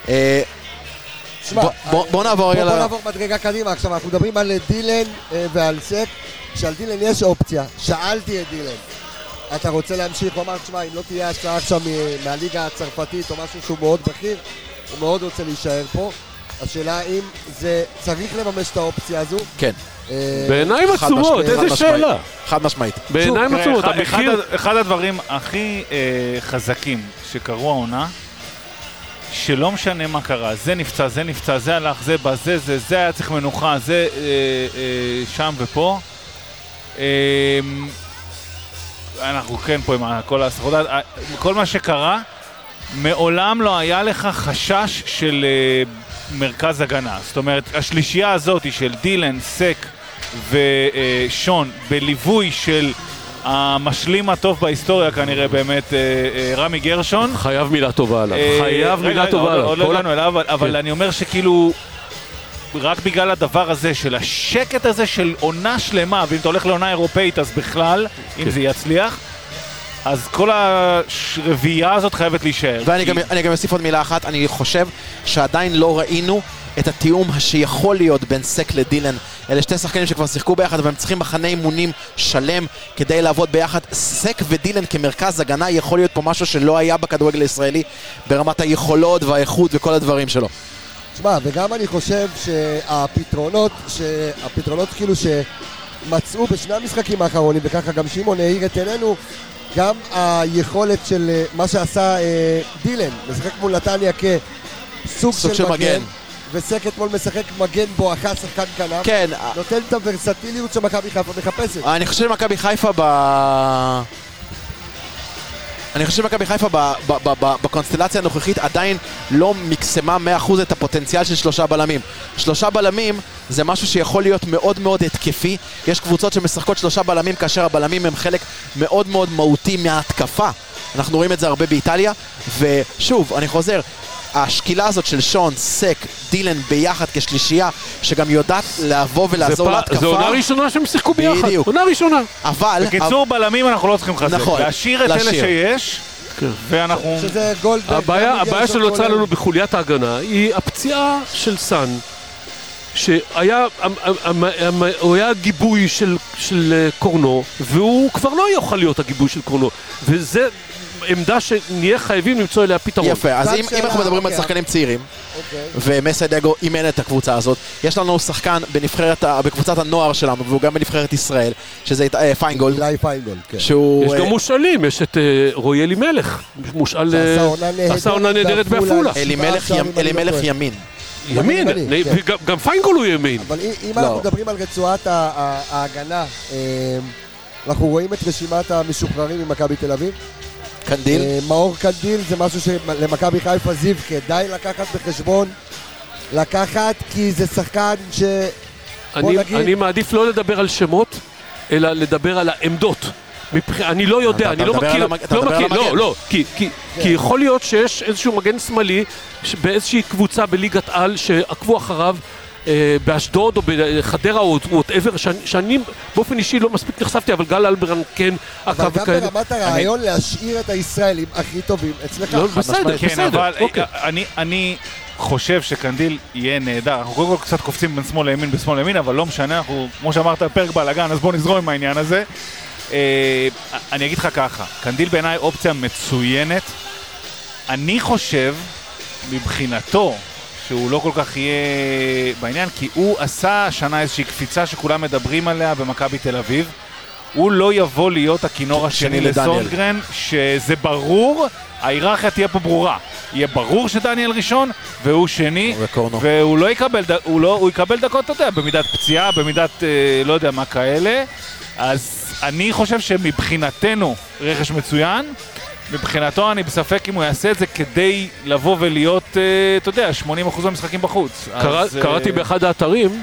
בוא נעבור רגע.
בוא נעבור מדרגה קדימה. עכשיו אנחנו מדברים על דילן ועל סק, שעל דילן יש אופציה. שאלתי את דילן, אתה רוצה להמשיך? הוא אמר, תשמע, אם לא תהיה הצעה עכשיו מהליגה הצרפתית או משהו שהוא מאוד בכיר, הוא מאוד רוצה להישאר פה. השאלה אם זה צריך לממש את האופציה הזו.
כן.
בעיניים עצומות, איזה שאלה.
חד משמעית.
בעיניים עצומות, המחיר...
אחד הדברים הכי חזקים שקרו העונה, שלא משנה מה קרה, זה נפצע, זה הלך, זה בא, זה היה צריך מנוחה, זה שם ופה. אנחנו כן פה עם כל הסחרות, כל מה שקרה, מעולם לא היה לך חשש של מרכז הגנה. זאת אומרת, השלישייה הזאת של דילן, סק ושון, בליווי של המשלים הטוב בהיסטוריה כנראה באמת, רמי גרשון.
חייב מילה טובה עליו. חייב מילה טובה עליו.
עוד לא הגענו אליו, אבל אני אומר שכאילו, רק בגלל הדבר הזה של השקט הזה של עונה שלמה, ואם אתה הולך לעונה אירופאית אז בכלל, אם זה יצליח, אז כל הרביעייה הזאת חייבת להישאר.
ואני גם אוסיף עוד מילה אחת, אני חושב שעדיין לא ראינו את התיאום שיכול להיות בין סק לדילן. אלה שתי שחקנים שכבר שיחקו ביחד, והם צריכים מחנה אימונים שלם כדי לעבוד ביחד. סק ודילן כמרכז הגנה יכול להיות פה משהו שלא היה בכדורגל הישראלי, ברמת היכולות והאיכות וכל הדברים שלו.
תשמע, וגם אני חושב שהפתרונות כאילו שמצאו בשני המשחקים האחרונים, וככה גם שמעון העיר את עינינו, גם היכולת של מה שעשה דילן, משחק מול נתניה כסוג של מגן, וסק אתמול משחק מגן בואכה שחקן כנף,
כן.
נותן את הוורסטיליות שמכבי חיפה מחפשת.
אני חושב שמכבי חיפה בקונסטלציה הנוכחית עדיין לא מקסמה 100% את הפוטנציאל של 3 בלמים. 3 בלמים זה משהו שיכול להיות מאוד מאוד התקפי. יש קבוצות שמשחקות 3 בלמים כאשר הבלמים הם חלק מאוד מאוד מהותי מההתקפה. אנחנו רואים את זה הרבה באיטליה, ושוב, אני חוזר, השקילה הזאת של שון, סק, דילן ביחד כשלישייה, שגם יודעת לבוא ולעזור להתקפה.
זה עונה ראשונה שהם שיחקו ביחד.
בדיוק.
עונה ראשונה.
אבל...
בקיצור, בלמים אנחנו לא צריכים לחזק.
נכון.
להשאיר את אלה שיש, ואנחנו...
שזה גולדברג.
הבעיה שנוצרה לנו בחוליית ההגנה היא הפציעה של סן, שהיה, הוא היה גיבוי של קורנו, והוא כבר לא יוכל להיות הגיבוי של קורנו. וזה... עמדה שנהיה חייבים למצוא אליה פתרון.
יפה, אז אם אנחנו מדברים על שחקנים צעירים, ומסיידגו אימן את הקבוצה הזאת, יש לנו שחקן בקבוצת הנוער שלנו, והוא גם בנבחרת ישראל, שזה פיינגולד.
יש
גם מושאלים, יש את רועי אלימלך, מושאל, עשה עונה נהדרת בעפולה.
אלימלך ימין.
ימין, גם פיינגול הוא ימין.
אבל אם אנחנו מדברים על רצועת ההגנה, אנחנו רואים את רשימת המשוחררים ממכבי תל אביב.
קנדיל?
מאור קנדיל זה משהו שלמכבי חיפה זיו כדאי לקחת בחשבון, כי זה שחקן ש...
אני מעדיף לא לדבר על שמות, אלא לדבר על העמדות. אני לא יודע, אני לא מכיר, לא, כי יכול להיות שיש איזשהו מגן שמאלי באיזושהי קבוצה בליגת על שעקבו אחריו, באשדוד או בחדרה או whatever, שאני באופן אישי לא מספיק נחשפתי, אבל גל אלברן כן עקב
אבל גם ברמת הרעיון להשאיר את הישראלים הכי טובים אצלך.
בסדר, אני חושב שקנדיל יהיה נהדר. אנחנו קודם כל קצת קופצים בין שמאל לימין בשמאל לימין, אבל לא משנה, אנחנו, כמו שאמרת, פרק בלגן, אז בוא נזרום עם העניין הזה. אני אגיד לך ככה, קנדיל בעיניי אופציה מצוינת. אני חושב, מבחינתו, שהוא לא כל כך יהיה בעניין, כי הוא עשה השנה איזושהי קפיצה שכולם מדברים עליה במכבי תל אביב. הוא לא יבוא להיות הכינור השני לסונגרן, שזה ברור, ההיררכיה תהיה פה ברורה. יהיה ברור שדניאל ראשון, והוא שני, והוא לא יקבל, הוא יקבל דקות, אתה יודע, במידת פציעה, במידת לא יודע מה כאלה. אז אני חושב שמבחינתנו רכש מצוין, מבחינתו אני בספק אם הוא יעשה את זה כדי לבוא ולהיות, אתה יודע, 80% מהמשחקים בחוץ.
קראתי באחד האתרים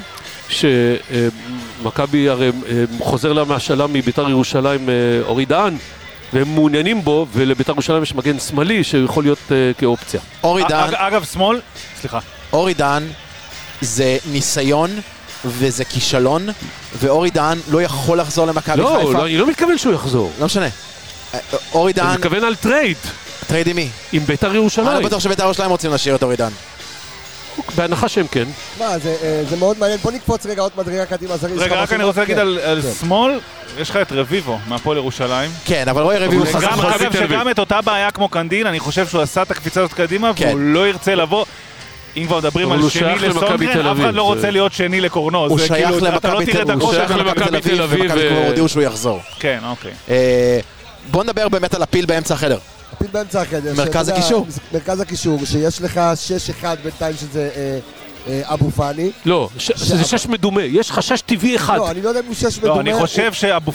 שמכבי הרי חוזר לה מהשאלה מביתר ירושלים אורי דהן, והם מעוניינים בו, ולבית"ר ירושלים יש מגן שמאלי שיכול להיות כאופציה.
אורי דן,
אגב, שמאל, סליחה.
אורי דן זה ניסיון וזה כישלון, ואורי דן לא יכול לחזור למכבי חיפה.
לא, אני לא מתכוון שהוא יחזור.
לא משנה. אורי דן...
אני מתכוון על טרייד.
טרייד עם מי?
עם בית"ר ירושלים.
אני לא בטוח שבית"ר ירושלים רוצים להשאיר את אורי דן.
בהנחה שהם כן.
מה, זה מאוד מעניין. בוא נקפוץ רגע עוד מדרגה קדימה.
רגע, רק אני רוצה להגיד על שמאל, יש לך את רביבו מהפועל ירושלים.
כן, אבל רואי רביבו חזק.
אגב, שגם את אותה בעיה כמו קנדיל, אני חושב שהוא עשה את הקפיצה הזאת קדימה, והוא לא ירצה לבוא. אם כבר מדברים על שני לסונגרן, אף אחד לא רוצה להיות שני לקורנו.
הוא שייך למכבי תל אביב, וכבר הודיעו שהוא יחזור.
כן, אוקיי.
בוא נדבר באמת על הפיל באמצע החדר.
הפיל באמצע החדר.
מרכז הקישור.
מרכז הקישור, שיש לך 6-1 בינתיים שזה אבו פאני.
לא, זה 6 מדומה, יש חשש טבעי אחד.
לא, אני לא יודע אם הוא 6 מדומה.
לא, אני חושב שאבו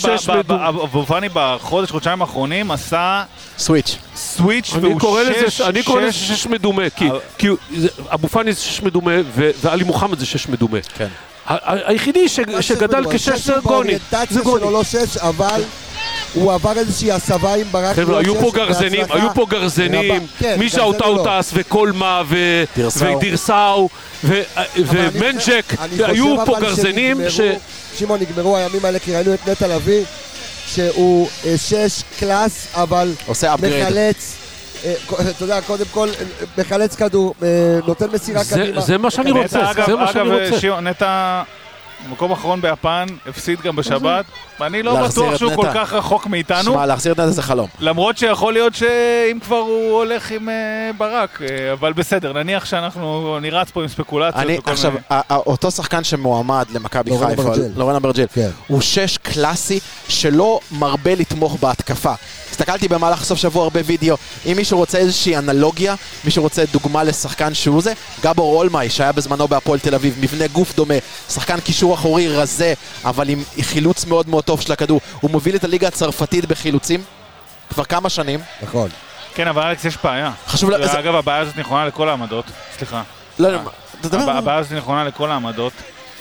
פאני בחודש, חודשיים האחרונים עשה
סוויץ'
והוא 6.
אני קורא לזה 6 מדומה, כי אבו פאני זה 6 מדומה, ועלי מוחמד זה 6 מדומה.
כן.
היחידי שגדל כ6 זה גוני.
באוריינטציה שלו לא 6, אבל הוא עבר איזושהי הסבה עם ברק.
חבר'ה, היו פה גרזנים, משאוטאוטס וקולמה ודירסאו ומנג'ק, היו פה גרזנים
שמעון, נגמרו הימים האלה כי ראינו את נטע לביא שהוא 6 קלאס, אבל מחלץ, אתה יודע, קודם כל מחלץ כדור, נותן מסירה קדימה.
זה מה שאני רוצה, זה מה שאני רוצה.
אגב, נטע במקום האחרון ביפן, הפסיד גם בשבת, ואני לא בטוח שהוא כל כך רחוק מאיתנו.
שמע, להחזיר את נטע זה חלום.
למרות שיכול להיות שאם כבר הוא הולך עם ברק, אבל בסדר, נניח שאנחנו נרץ פה עם ספקולציות.
עכשיו, אותו שחקן שמועמד למכבי חיפה, לורן אברג'יל, הוא 6 קלאסי שלא מרבה לתמוך בהתקפה. הסתכלתי במהלך סוף שבוע הרבה וידאו, אם מישהו רוצה איזושהי אנלוגיה, מישהו רוצה דוגמה לשחקן שהוא זה, גבור אולמאי שהיה בזמנו בהפועל תל אביב, מבנה גוף דומה, שחקן קישור אחורי רזה, אבל עם חילוץ מאוד מאוד טוב של הכדור, הוא מוביל את הליגה הצרפתית בחילוצים כבר כמה שנים.
נכון.
כן, אבל אלכס יש בעיה. אגב, הבעיה הזאת נכונה לכל העמדות, סליחה. הבעיה הזאת נכונה לכל העמדות.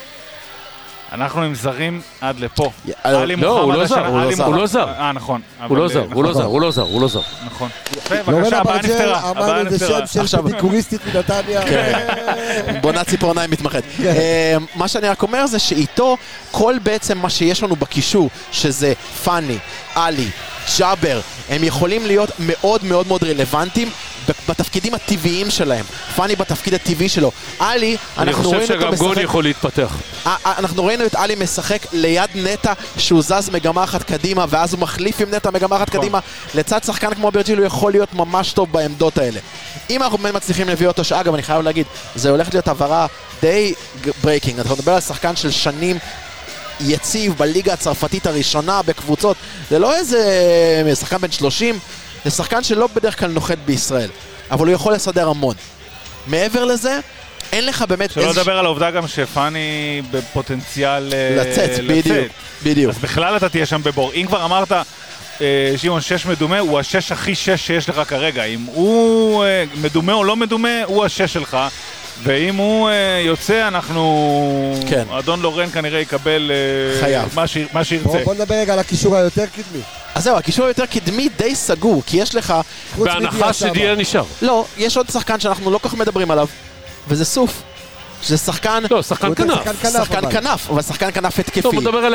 אנחנו עם זרים עד לפה.
לא, הוא לא זר, הוא לא זר.
נכון.
הוא לא זר.
נכון.
לורן אברג'יל אמר איזה שם של ביקוריסטית מנתניה.
בונה ציפורניים מתמחת. מה שאני רק אומר זה שאיתו כל בעצם מה שיש לנו בקישור, שזה פאני, אלי, ג'אבר, הם יכולים להיות מאוד מאוד מאוד רלוונטיים בתפקידים הטבעיים שלהם. פאני בתפקיד הטבעי שלו. אלי,
אני חושב שגם גוני יכול להתפתח.
אנחנו ראינו את אלי משחק ליד נטע שהוא זז מגמה אחת קדימה ואז הוא מחליף עם נטע מגמה אחת קדימה. לצד שחקן כמו אברג'יל הוא יכול להיות ממש טוב בעמדות האלה. אם אנחנו באמת מצליחים להביא אותו, שאגב אני חייב להגיד, זה הולך להיות עברה די ברייקינג. אנחנו מדבר על שחקן של שנים יציב בליגה הצרפתית הראשונה בקבוצות. זה לא איזה שחקן בן 30, זה שחקן שלא בדרך כלל נוחת בישראל, אבל הוא יכול לסדר המון. מעבר לזה, אין לך באמת
שלא לדבר על העובדה גם שפאני בפוטנציאל
לצאת. בדיוק.
אז בכלל אתה תהיה שם בבור. אם כבר אמרת שמעון 6 מדומה, הוא ה-6 הכי 6 שיש לך כרגע. אם הוא מדומה או לא מדומה, הוא ה-6 שלך. ואם הוא יוצא, אנחנו...
כן.
אדון לורן כנראה יקבל מה שירצה.
בוא נדבר רגע על הקישור היותר קדמי.
אז זהו, הקישור היותר קדמי די סגור, כי יש לך...
בהנחה שדיה נשאר.
לא, יש עוד שחקן שאנחנו לא כל כך מדברים עליו, וזה סוף. שזה שחקן...
לא, שחקן כנף.
שחקן כנף, אבל שחקן כנף התקפי.
טוב, מדבר על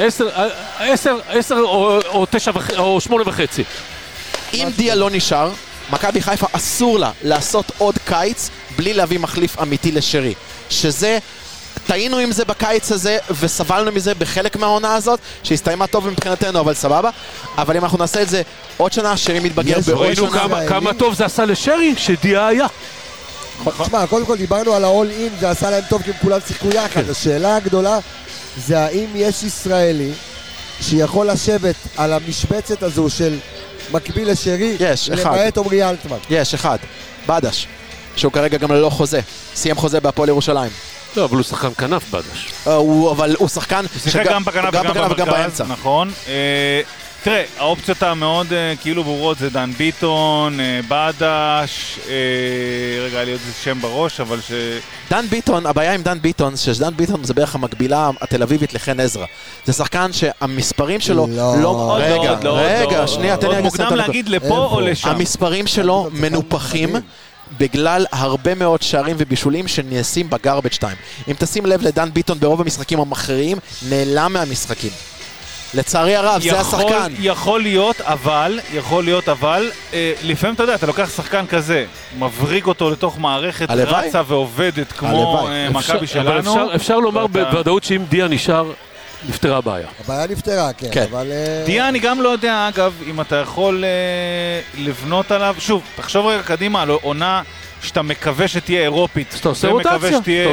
10 או 9 או 8.5.
אם דיה לא נשאר, מכבי חיפה אסור לה לעשות עוד קיץ בלי להביא מחליף אמיתי לשרי. שזה, טעינו עם זה בקיץ הזה וסבלנו מזה בחלק מהעונה הזאת, שהסתיימה טוב מבחינתנו, אבל סבבה. אבל אם אנחנו נעשה את זה עוד שנה, שרי מתבגר בעוד שנה.
ראינו כמה טוב זה עשה לשרי, שדיה היה.
תשמע, קודם כל דיברנו על ה-all in, זה עשה להם טוב כי הם כולם שיחקו יחד. השאלה הגדולה זה האם יש ישראלי שיכול לשבת על המשבצת הזו של מקביל לשרי, למעט עומרי אלטמן.
יש אחד, בדש, שהוא כרגע גם ללא חוזה, סיים חוזה בהפועל ירושלים.
לא, אבל הוא שחקן כנף בדש.
אבל הוא שחקן
שיחק גם בכנף וגם באמצע. נכון. תראה, האופציות המאוד כאילו ברורות זה דן ביטון, בדש, רגע, היה לי עוד שם בראש, אבל
דן ביטון, הבעיה עם דן ביטון, שדן ביטון זה בערך המקבילה התל אביבית לחן עזרא. זה שחקן שהמספרים שלו לא... רגע, שנייה, תן לי
עוד מוקדם להגיד לפה או לשם.
המספרים שלו מנופחים בגלל הרבה מאוד שערים ובישולים שנעשים בגרבג' טיים. אם תשים לב לדן ביטון ברוב המשחקים המכריעים, נעלם מהמשחקים. לצערי הרב, זה השחקן.
יכול להיות, אבל לפעמים אתה יודע, אתה לוקח שחקן כזה, מבריג אותו לתוך מערכת רצה ועובדת כמו מכבי שלנו.
אבל אפשר לומר בוודאות שאם דיה נשאר, נפתרה הבעיה.
הבעיה נפתרה, כן. אבל...
דיה, אני גם לא יודע, אגב, אם אתה יכול לבנות עליו. שוב, תחשוב רגע קדימה, על עונה שאתה מקווה שתהיה אירופית.
אתה עושה רוטציה.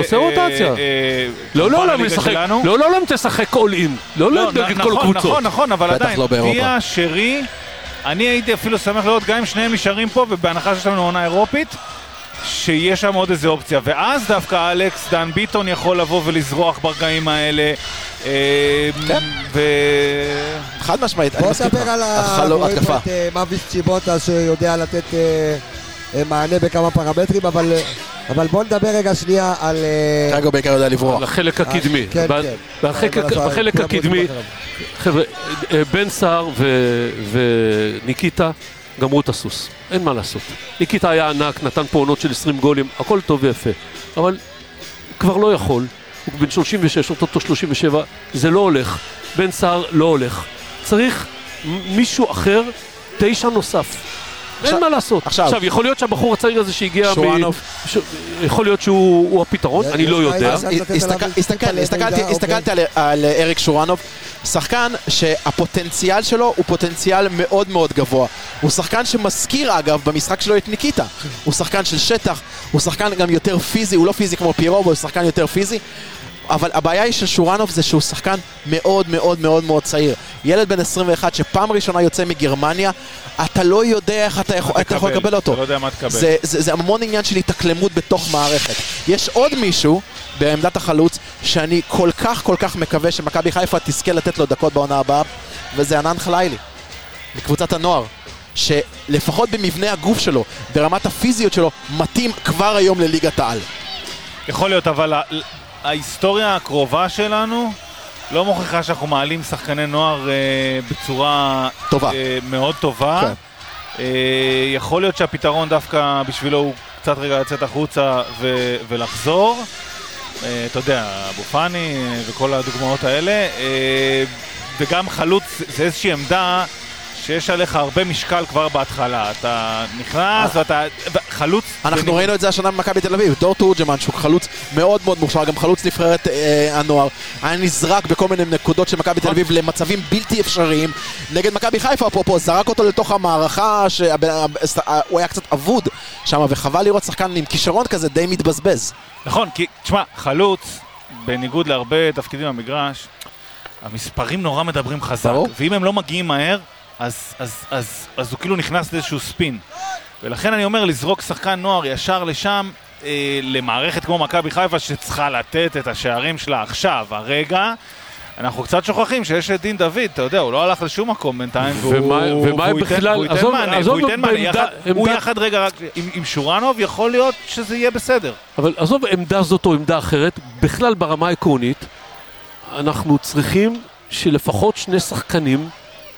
לא לעולם תשחק כל אין. לא נגד כל קבוצות.
נכון, אבל עדיין, דיה, שרי, אני הייתי אפילו שמח לראות גם אם שניהם נשארים פה, ובהנחה שיש לנו עונה אירופית, שיש שם עוד איזה אופציה. ואז דווקא אלכס, דן ביטון יכול לבוא ולזרוח ברגעים האלה.
חד משמעית.
בוא נדבר על ההתקפה. מביס צ'יבוטה שיודע לתת מענה בכמה פרמטרים, אבל בוא נדבר רגע שנייה על...
רגע בעיקר יודע לברוח.
על החלק הקדמי. בחלק הקדמי, חבר'ה, בן סער וניקיטה גמרו את הסוס. אין מה לעשות. ניקיטה היה ענק, נתן פה עונות של 20 גולים, הכל טוב ויפה. אבל כבר לא יכול. הוא בן 36, אותו 37, זה לא הולך. בן סער לא הולך. צריך מישהו אחר, 9 נוסף. אין מה לעשות. עכשיו, יכול להיות שהבחור הצעיר הזה שהגיע יכול להיות שהוא הפתרון, אני לא יודע.
הסתכלתי על אריק שורנוב, שחקן שהפוטנציאל שלו הוא פוטנציאל מאוד מאוד גבוה. הוא שחקן שמזכיר אגב במשחק שלו את ניקיטה. הוא שחקן של שטח, הוא שחקן גם יותר פיזי, הוא לא פיזי כמו פיירו, הוא שחקן יותר פיזי. אבל הבעיה היא של שורנוב זה שהוא שחקן מאוד מאוד מאוד מאוד צעיר. ילד בן 21 שפעם ראשונה יוצא מגרמניה, אתה לא יודע איך אתה יכול לקבל אותו.
אתה לא יודע מה תקבל.
זה המון עניין של התאקלמות בתוך מערכת. יש עוד מישהו בעמדת החלוץ שאני כל כך מקווה שמכבי חיפה תזכה לתת לו דקות בעונה הבאה, וזה ענן חלילי מקבוצת הנוער, שלפחות במבנה הגוף שלו, ברמת הפיזיות שלו, מתאים כבר היום לליגת העל.
יכול להיות, אבל ההיסטוריה הקרובה שלנו לא מוכיחה שאנחנו מעלים שחקני נוער בצורה טובה. מאוד טובה. כן. יכול להיות שהפתרון דווקא בשבילו הוא קצת רגע לצאת החוצה ולחזור. אתה יודע, בופני וכל הדוגמאות האלה. וגם חלוץ זה איזושהי עמדה שיש עליך הרבה משקל כבר בהתחלה. אתה נכנס ואתה... חלוץ...
אנחנו ראינו את זה השנה במכבי תל אביב. דור תורג'מן שהוא חלוץ מאוד מאוד מוכשר, גם חלוץ נבחרת הנוער. היה נזרק בכל מיני נקודות של מכבי תל אביב למצבים בלתי אפשריים. נגד מכבי חיפה, אפרופו, זרק אותו לתוך המערכה שהוא היה קצת אבוד שם, וחבל לראות שחקן עם כישרון כזה די מתבזבז.
נכון, כי, תשמע, חלוץ, בניגוד להרבה תפקידים במגרש, המספרים נורא מדברים חזק. ואם הם לא מגיעים מהר, אז הוא כאילו נכנס לאיזשהו ספין. ולכן אני אומר, לזרוק שחקן נוער ישר לשם, למערכת כמו מכבי חיפה שצריכה לתת את השערים שלה עכשיו, הרגע. אנחנו קצת שוכחים שיש את דין דוד, אתה יודע, הוא לא הלך לשום מקום בינתיים,
ומה בכלל,
והוא ייתן מענה, הוא יחד רגע רק עם שורנוב, יכול להיות שזה יהיה בסדר.
אבל עזוב עמדה זאת או עמדה אחרת, בכלל ברמה העקרונית, אנחנו צריכים שלפחות 2 שחקנים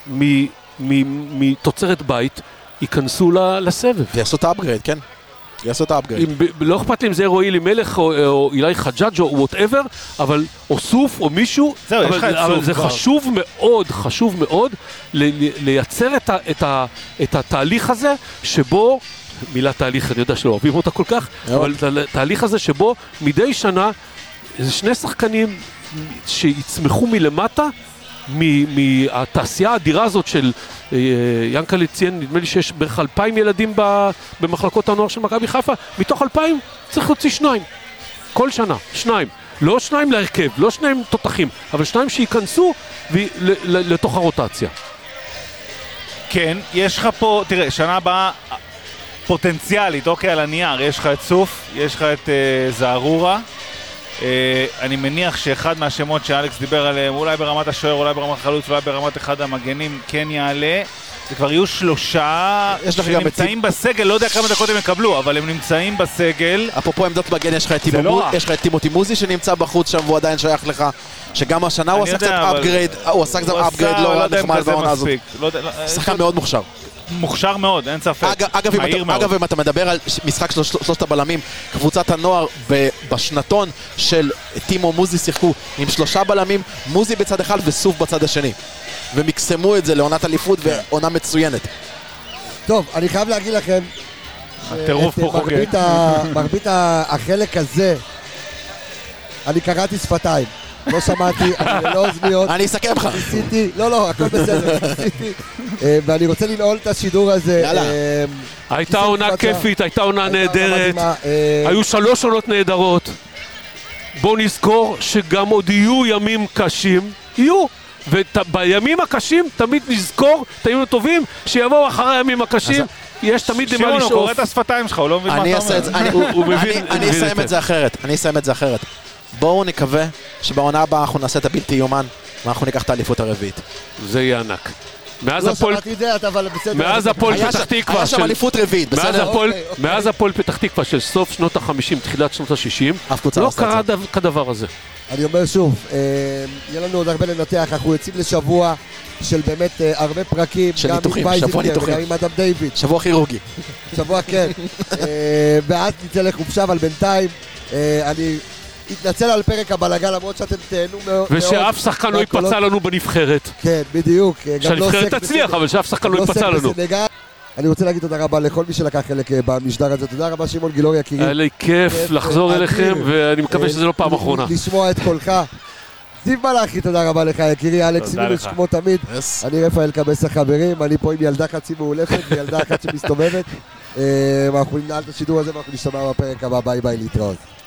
מתוצרת בית ייכנסו לסבב.
ויעשו את האפגרייד, כן. יעשו את האפגרייד.
לא אכפת לי אם זה רועי אלימלך או אילי חג'אג' או whatever, אבל או סוף או מישהו, אבל זה חשוב מאוד לייצר את התהליך הזה שבו, מילה תהליך, אני יודע שלא אוהבים אותה כל כך, אבל התהליך הזה שבו מדי שנה איזה 2 שחקנים שיצמחו מלמטה, מהתעשייה האדירה הזאת של ינקלה ציין, נדמה לי שיש בערך 2,000 ילדים במחלקות הנוער של מכבי חיפה, מתוך 2,000 צריך להוציא 2 כל שנה, 2, לא 2 להרכב, לא 2 תותחים, אבל 2 שייכנסו לתוך הרוטציה.
כן, יש לך פה, תראה, שנה הבאה פוטנציאלית, אוקיי, על הנייר, יש לך את סוף, יש לך את זערורה, אני מניח שאחד מהשמות שאלכס דיבר עליהם, אולי ברמת השוער, אולי ברמת החלוץ, אולי ברמת אחד המגנים, כן יעלה. זה כבר יהיו 3 שנמצאים בסגל, לא יודע כמה דקות הם יקבלו, אבל הם נמצאים בסגל.
אפרופו עמדות מגן, יש לך את טימותי מוזי שנמצא בחוץ שם והוא עדיין שייך לך, שגם השנה הוא עשה קצת אפגרייד, הוא עשה קצת אפגרייד לא נחמד בעונה הזאת. שחקן מאוד מוכשר.
מוכשר מאוד, אין ספק.
אגב, אם אתה מדבר על משחק 3 הבלמים, קבוצת הנוער בשנתון של טימו מוזי שיחקו עם 3 בלמים, מוזי בצד אחד וסוף בצד השני. ומקסמו את זה לעונת אליפות ועונה מצוינת.
טוב, אני חייב להגיד לכם,
הטירוף פה חוגג.
מרבית החלק הזה, אני קראתי שפתיים. לא שמעתי, אני ללא אוזניות.
אני אסכם לך.
ניסיתי, לא, הכל בסדר, ניסיתי. ואני רוצה לנעול את השידור הזה.
יאללה.
הייתה עונה כיפית, הייתה עונה נהדרת. היו 3 עונות נהדרות. בואו נזכור שגם עוד יהיו ימים קשים. יהיו. ובימים הקשים תמיד נזכור את הימים הטובים שיבואו אחרי הימים הקשים. יש תמיד למה לשאוף.
הוא קורא את השפתיים שלך, הוא לא מבין מה אתה אומר.
אני אסיים את זה אחרת. בואו נקווה שבעונה הבאה אנחנו נעשה את הבלתי יומן ואנחנו ניקח את האליפות הרביעית.
זה יהיה ענק.
לא שמעתי את זה, אבל בסדר.
מאז הפועל פתח תקווה
היה שם אליפות רביעית, בסדר?
מאז הפועל פתח תקווה של סוף שנות ה-50, תחילת שנות ה-60, לא קרה כדבר הזה.
אני אומר שוב, יהיה לנו עוד הרבה לנתח, אנחנו יוצאים לשבוע של באמת הרבה פרקים,
של ניתוחים, שבוע ניתוחים.
גם עם אדם דיוויד.
שבוע כירורגי.
שבוע כן. ואז נצא לחופשה, אבל בינתיים אני התנצל על פרק הבלגה, למרות שאתם תהנו מאוד.
ושאף שחקן לא ייפצע לנו בנבחרת.
כן, בדיוק.
שהנבחרת תצליח, אבל שאף שחקן לא ייפצע לנו.
אני רוצה להגיד תודה רבה לכל מי שלקח חלק במשדר הזה. תודה רבה שמעון גילאור יקירי.
היה לי כיף לחזור אליכם, ואני מקווה שזה לא פעם אחרונה.
לשמוע את קולך. זיו מלאכי, תודה רבה לך יקירי. אלכס סימוביץ' כמו תמיד. אני רפאל קבס החברים, אני פה עם ילדה חצי מאולפת וילדה אחת שמסתובבת. אנחנו ננעל את השידור הזה ואנחנו נשתמע בפרק הבא. ביי ביי, להתראות.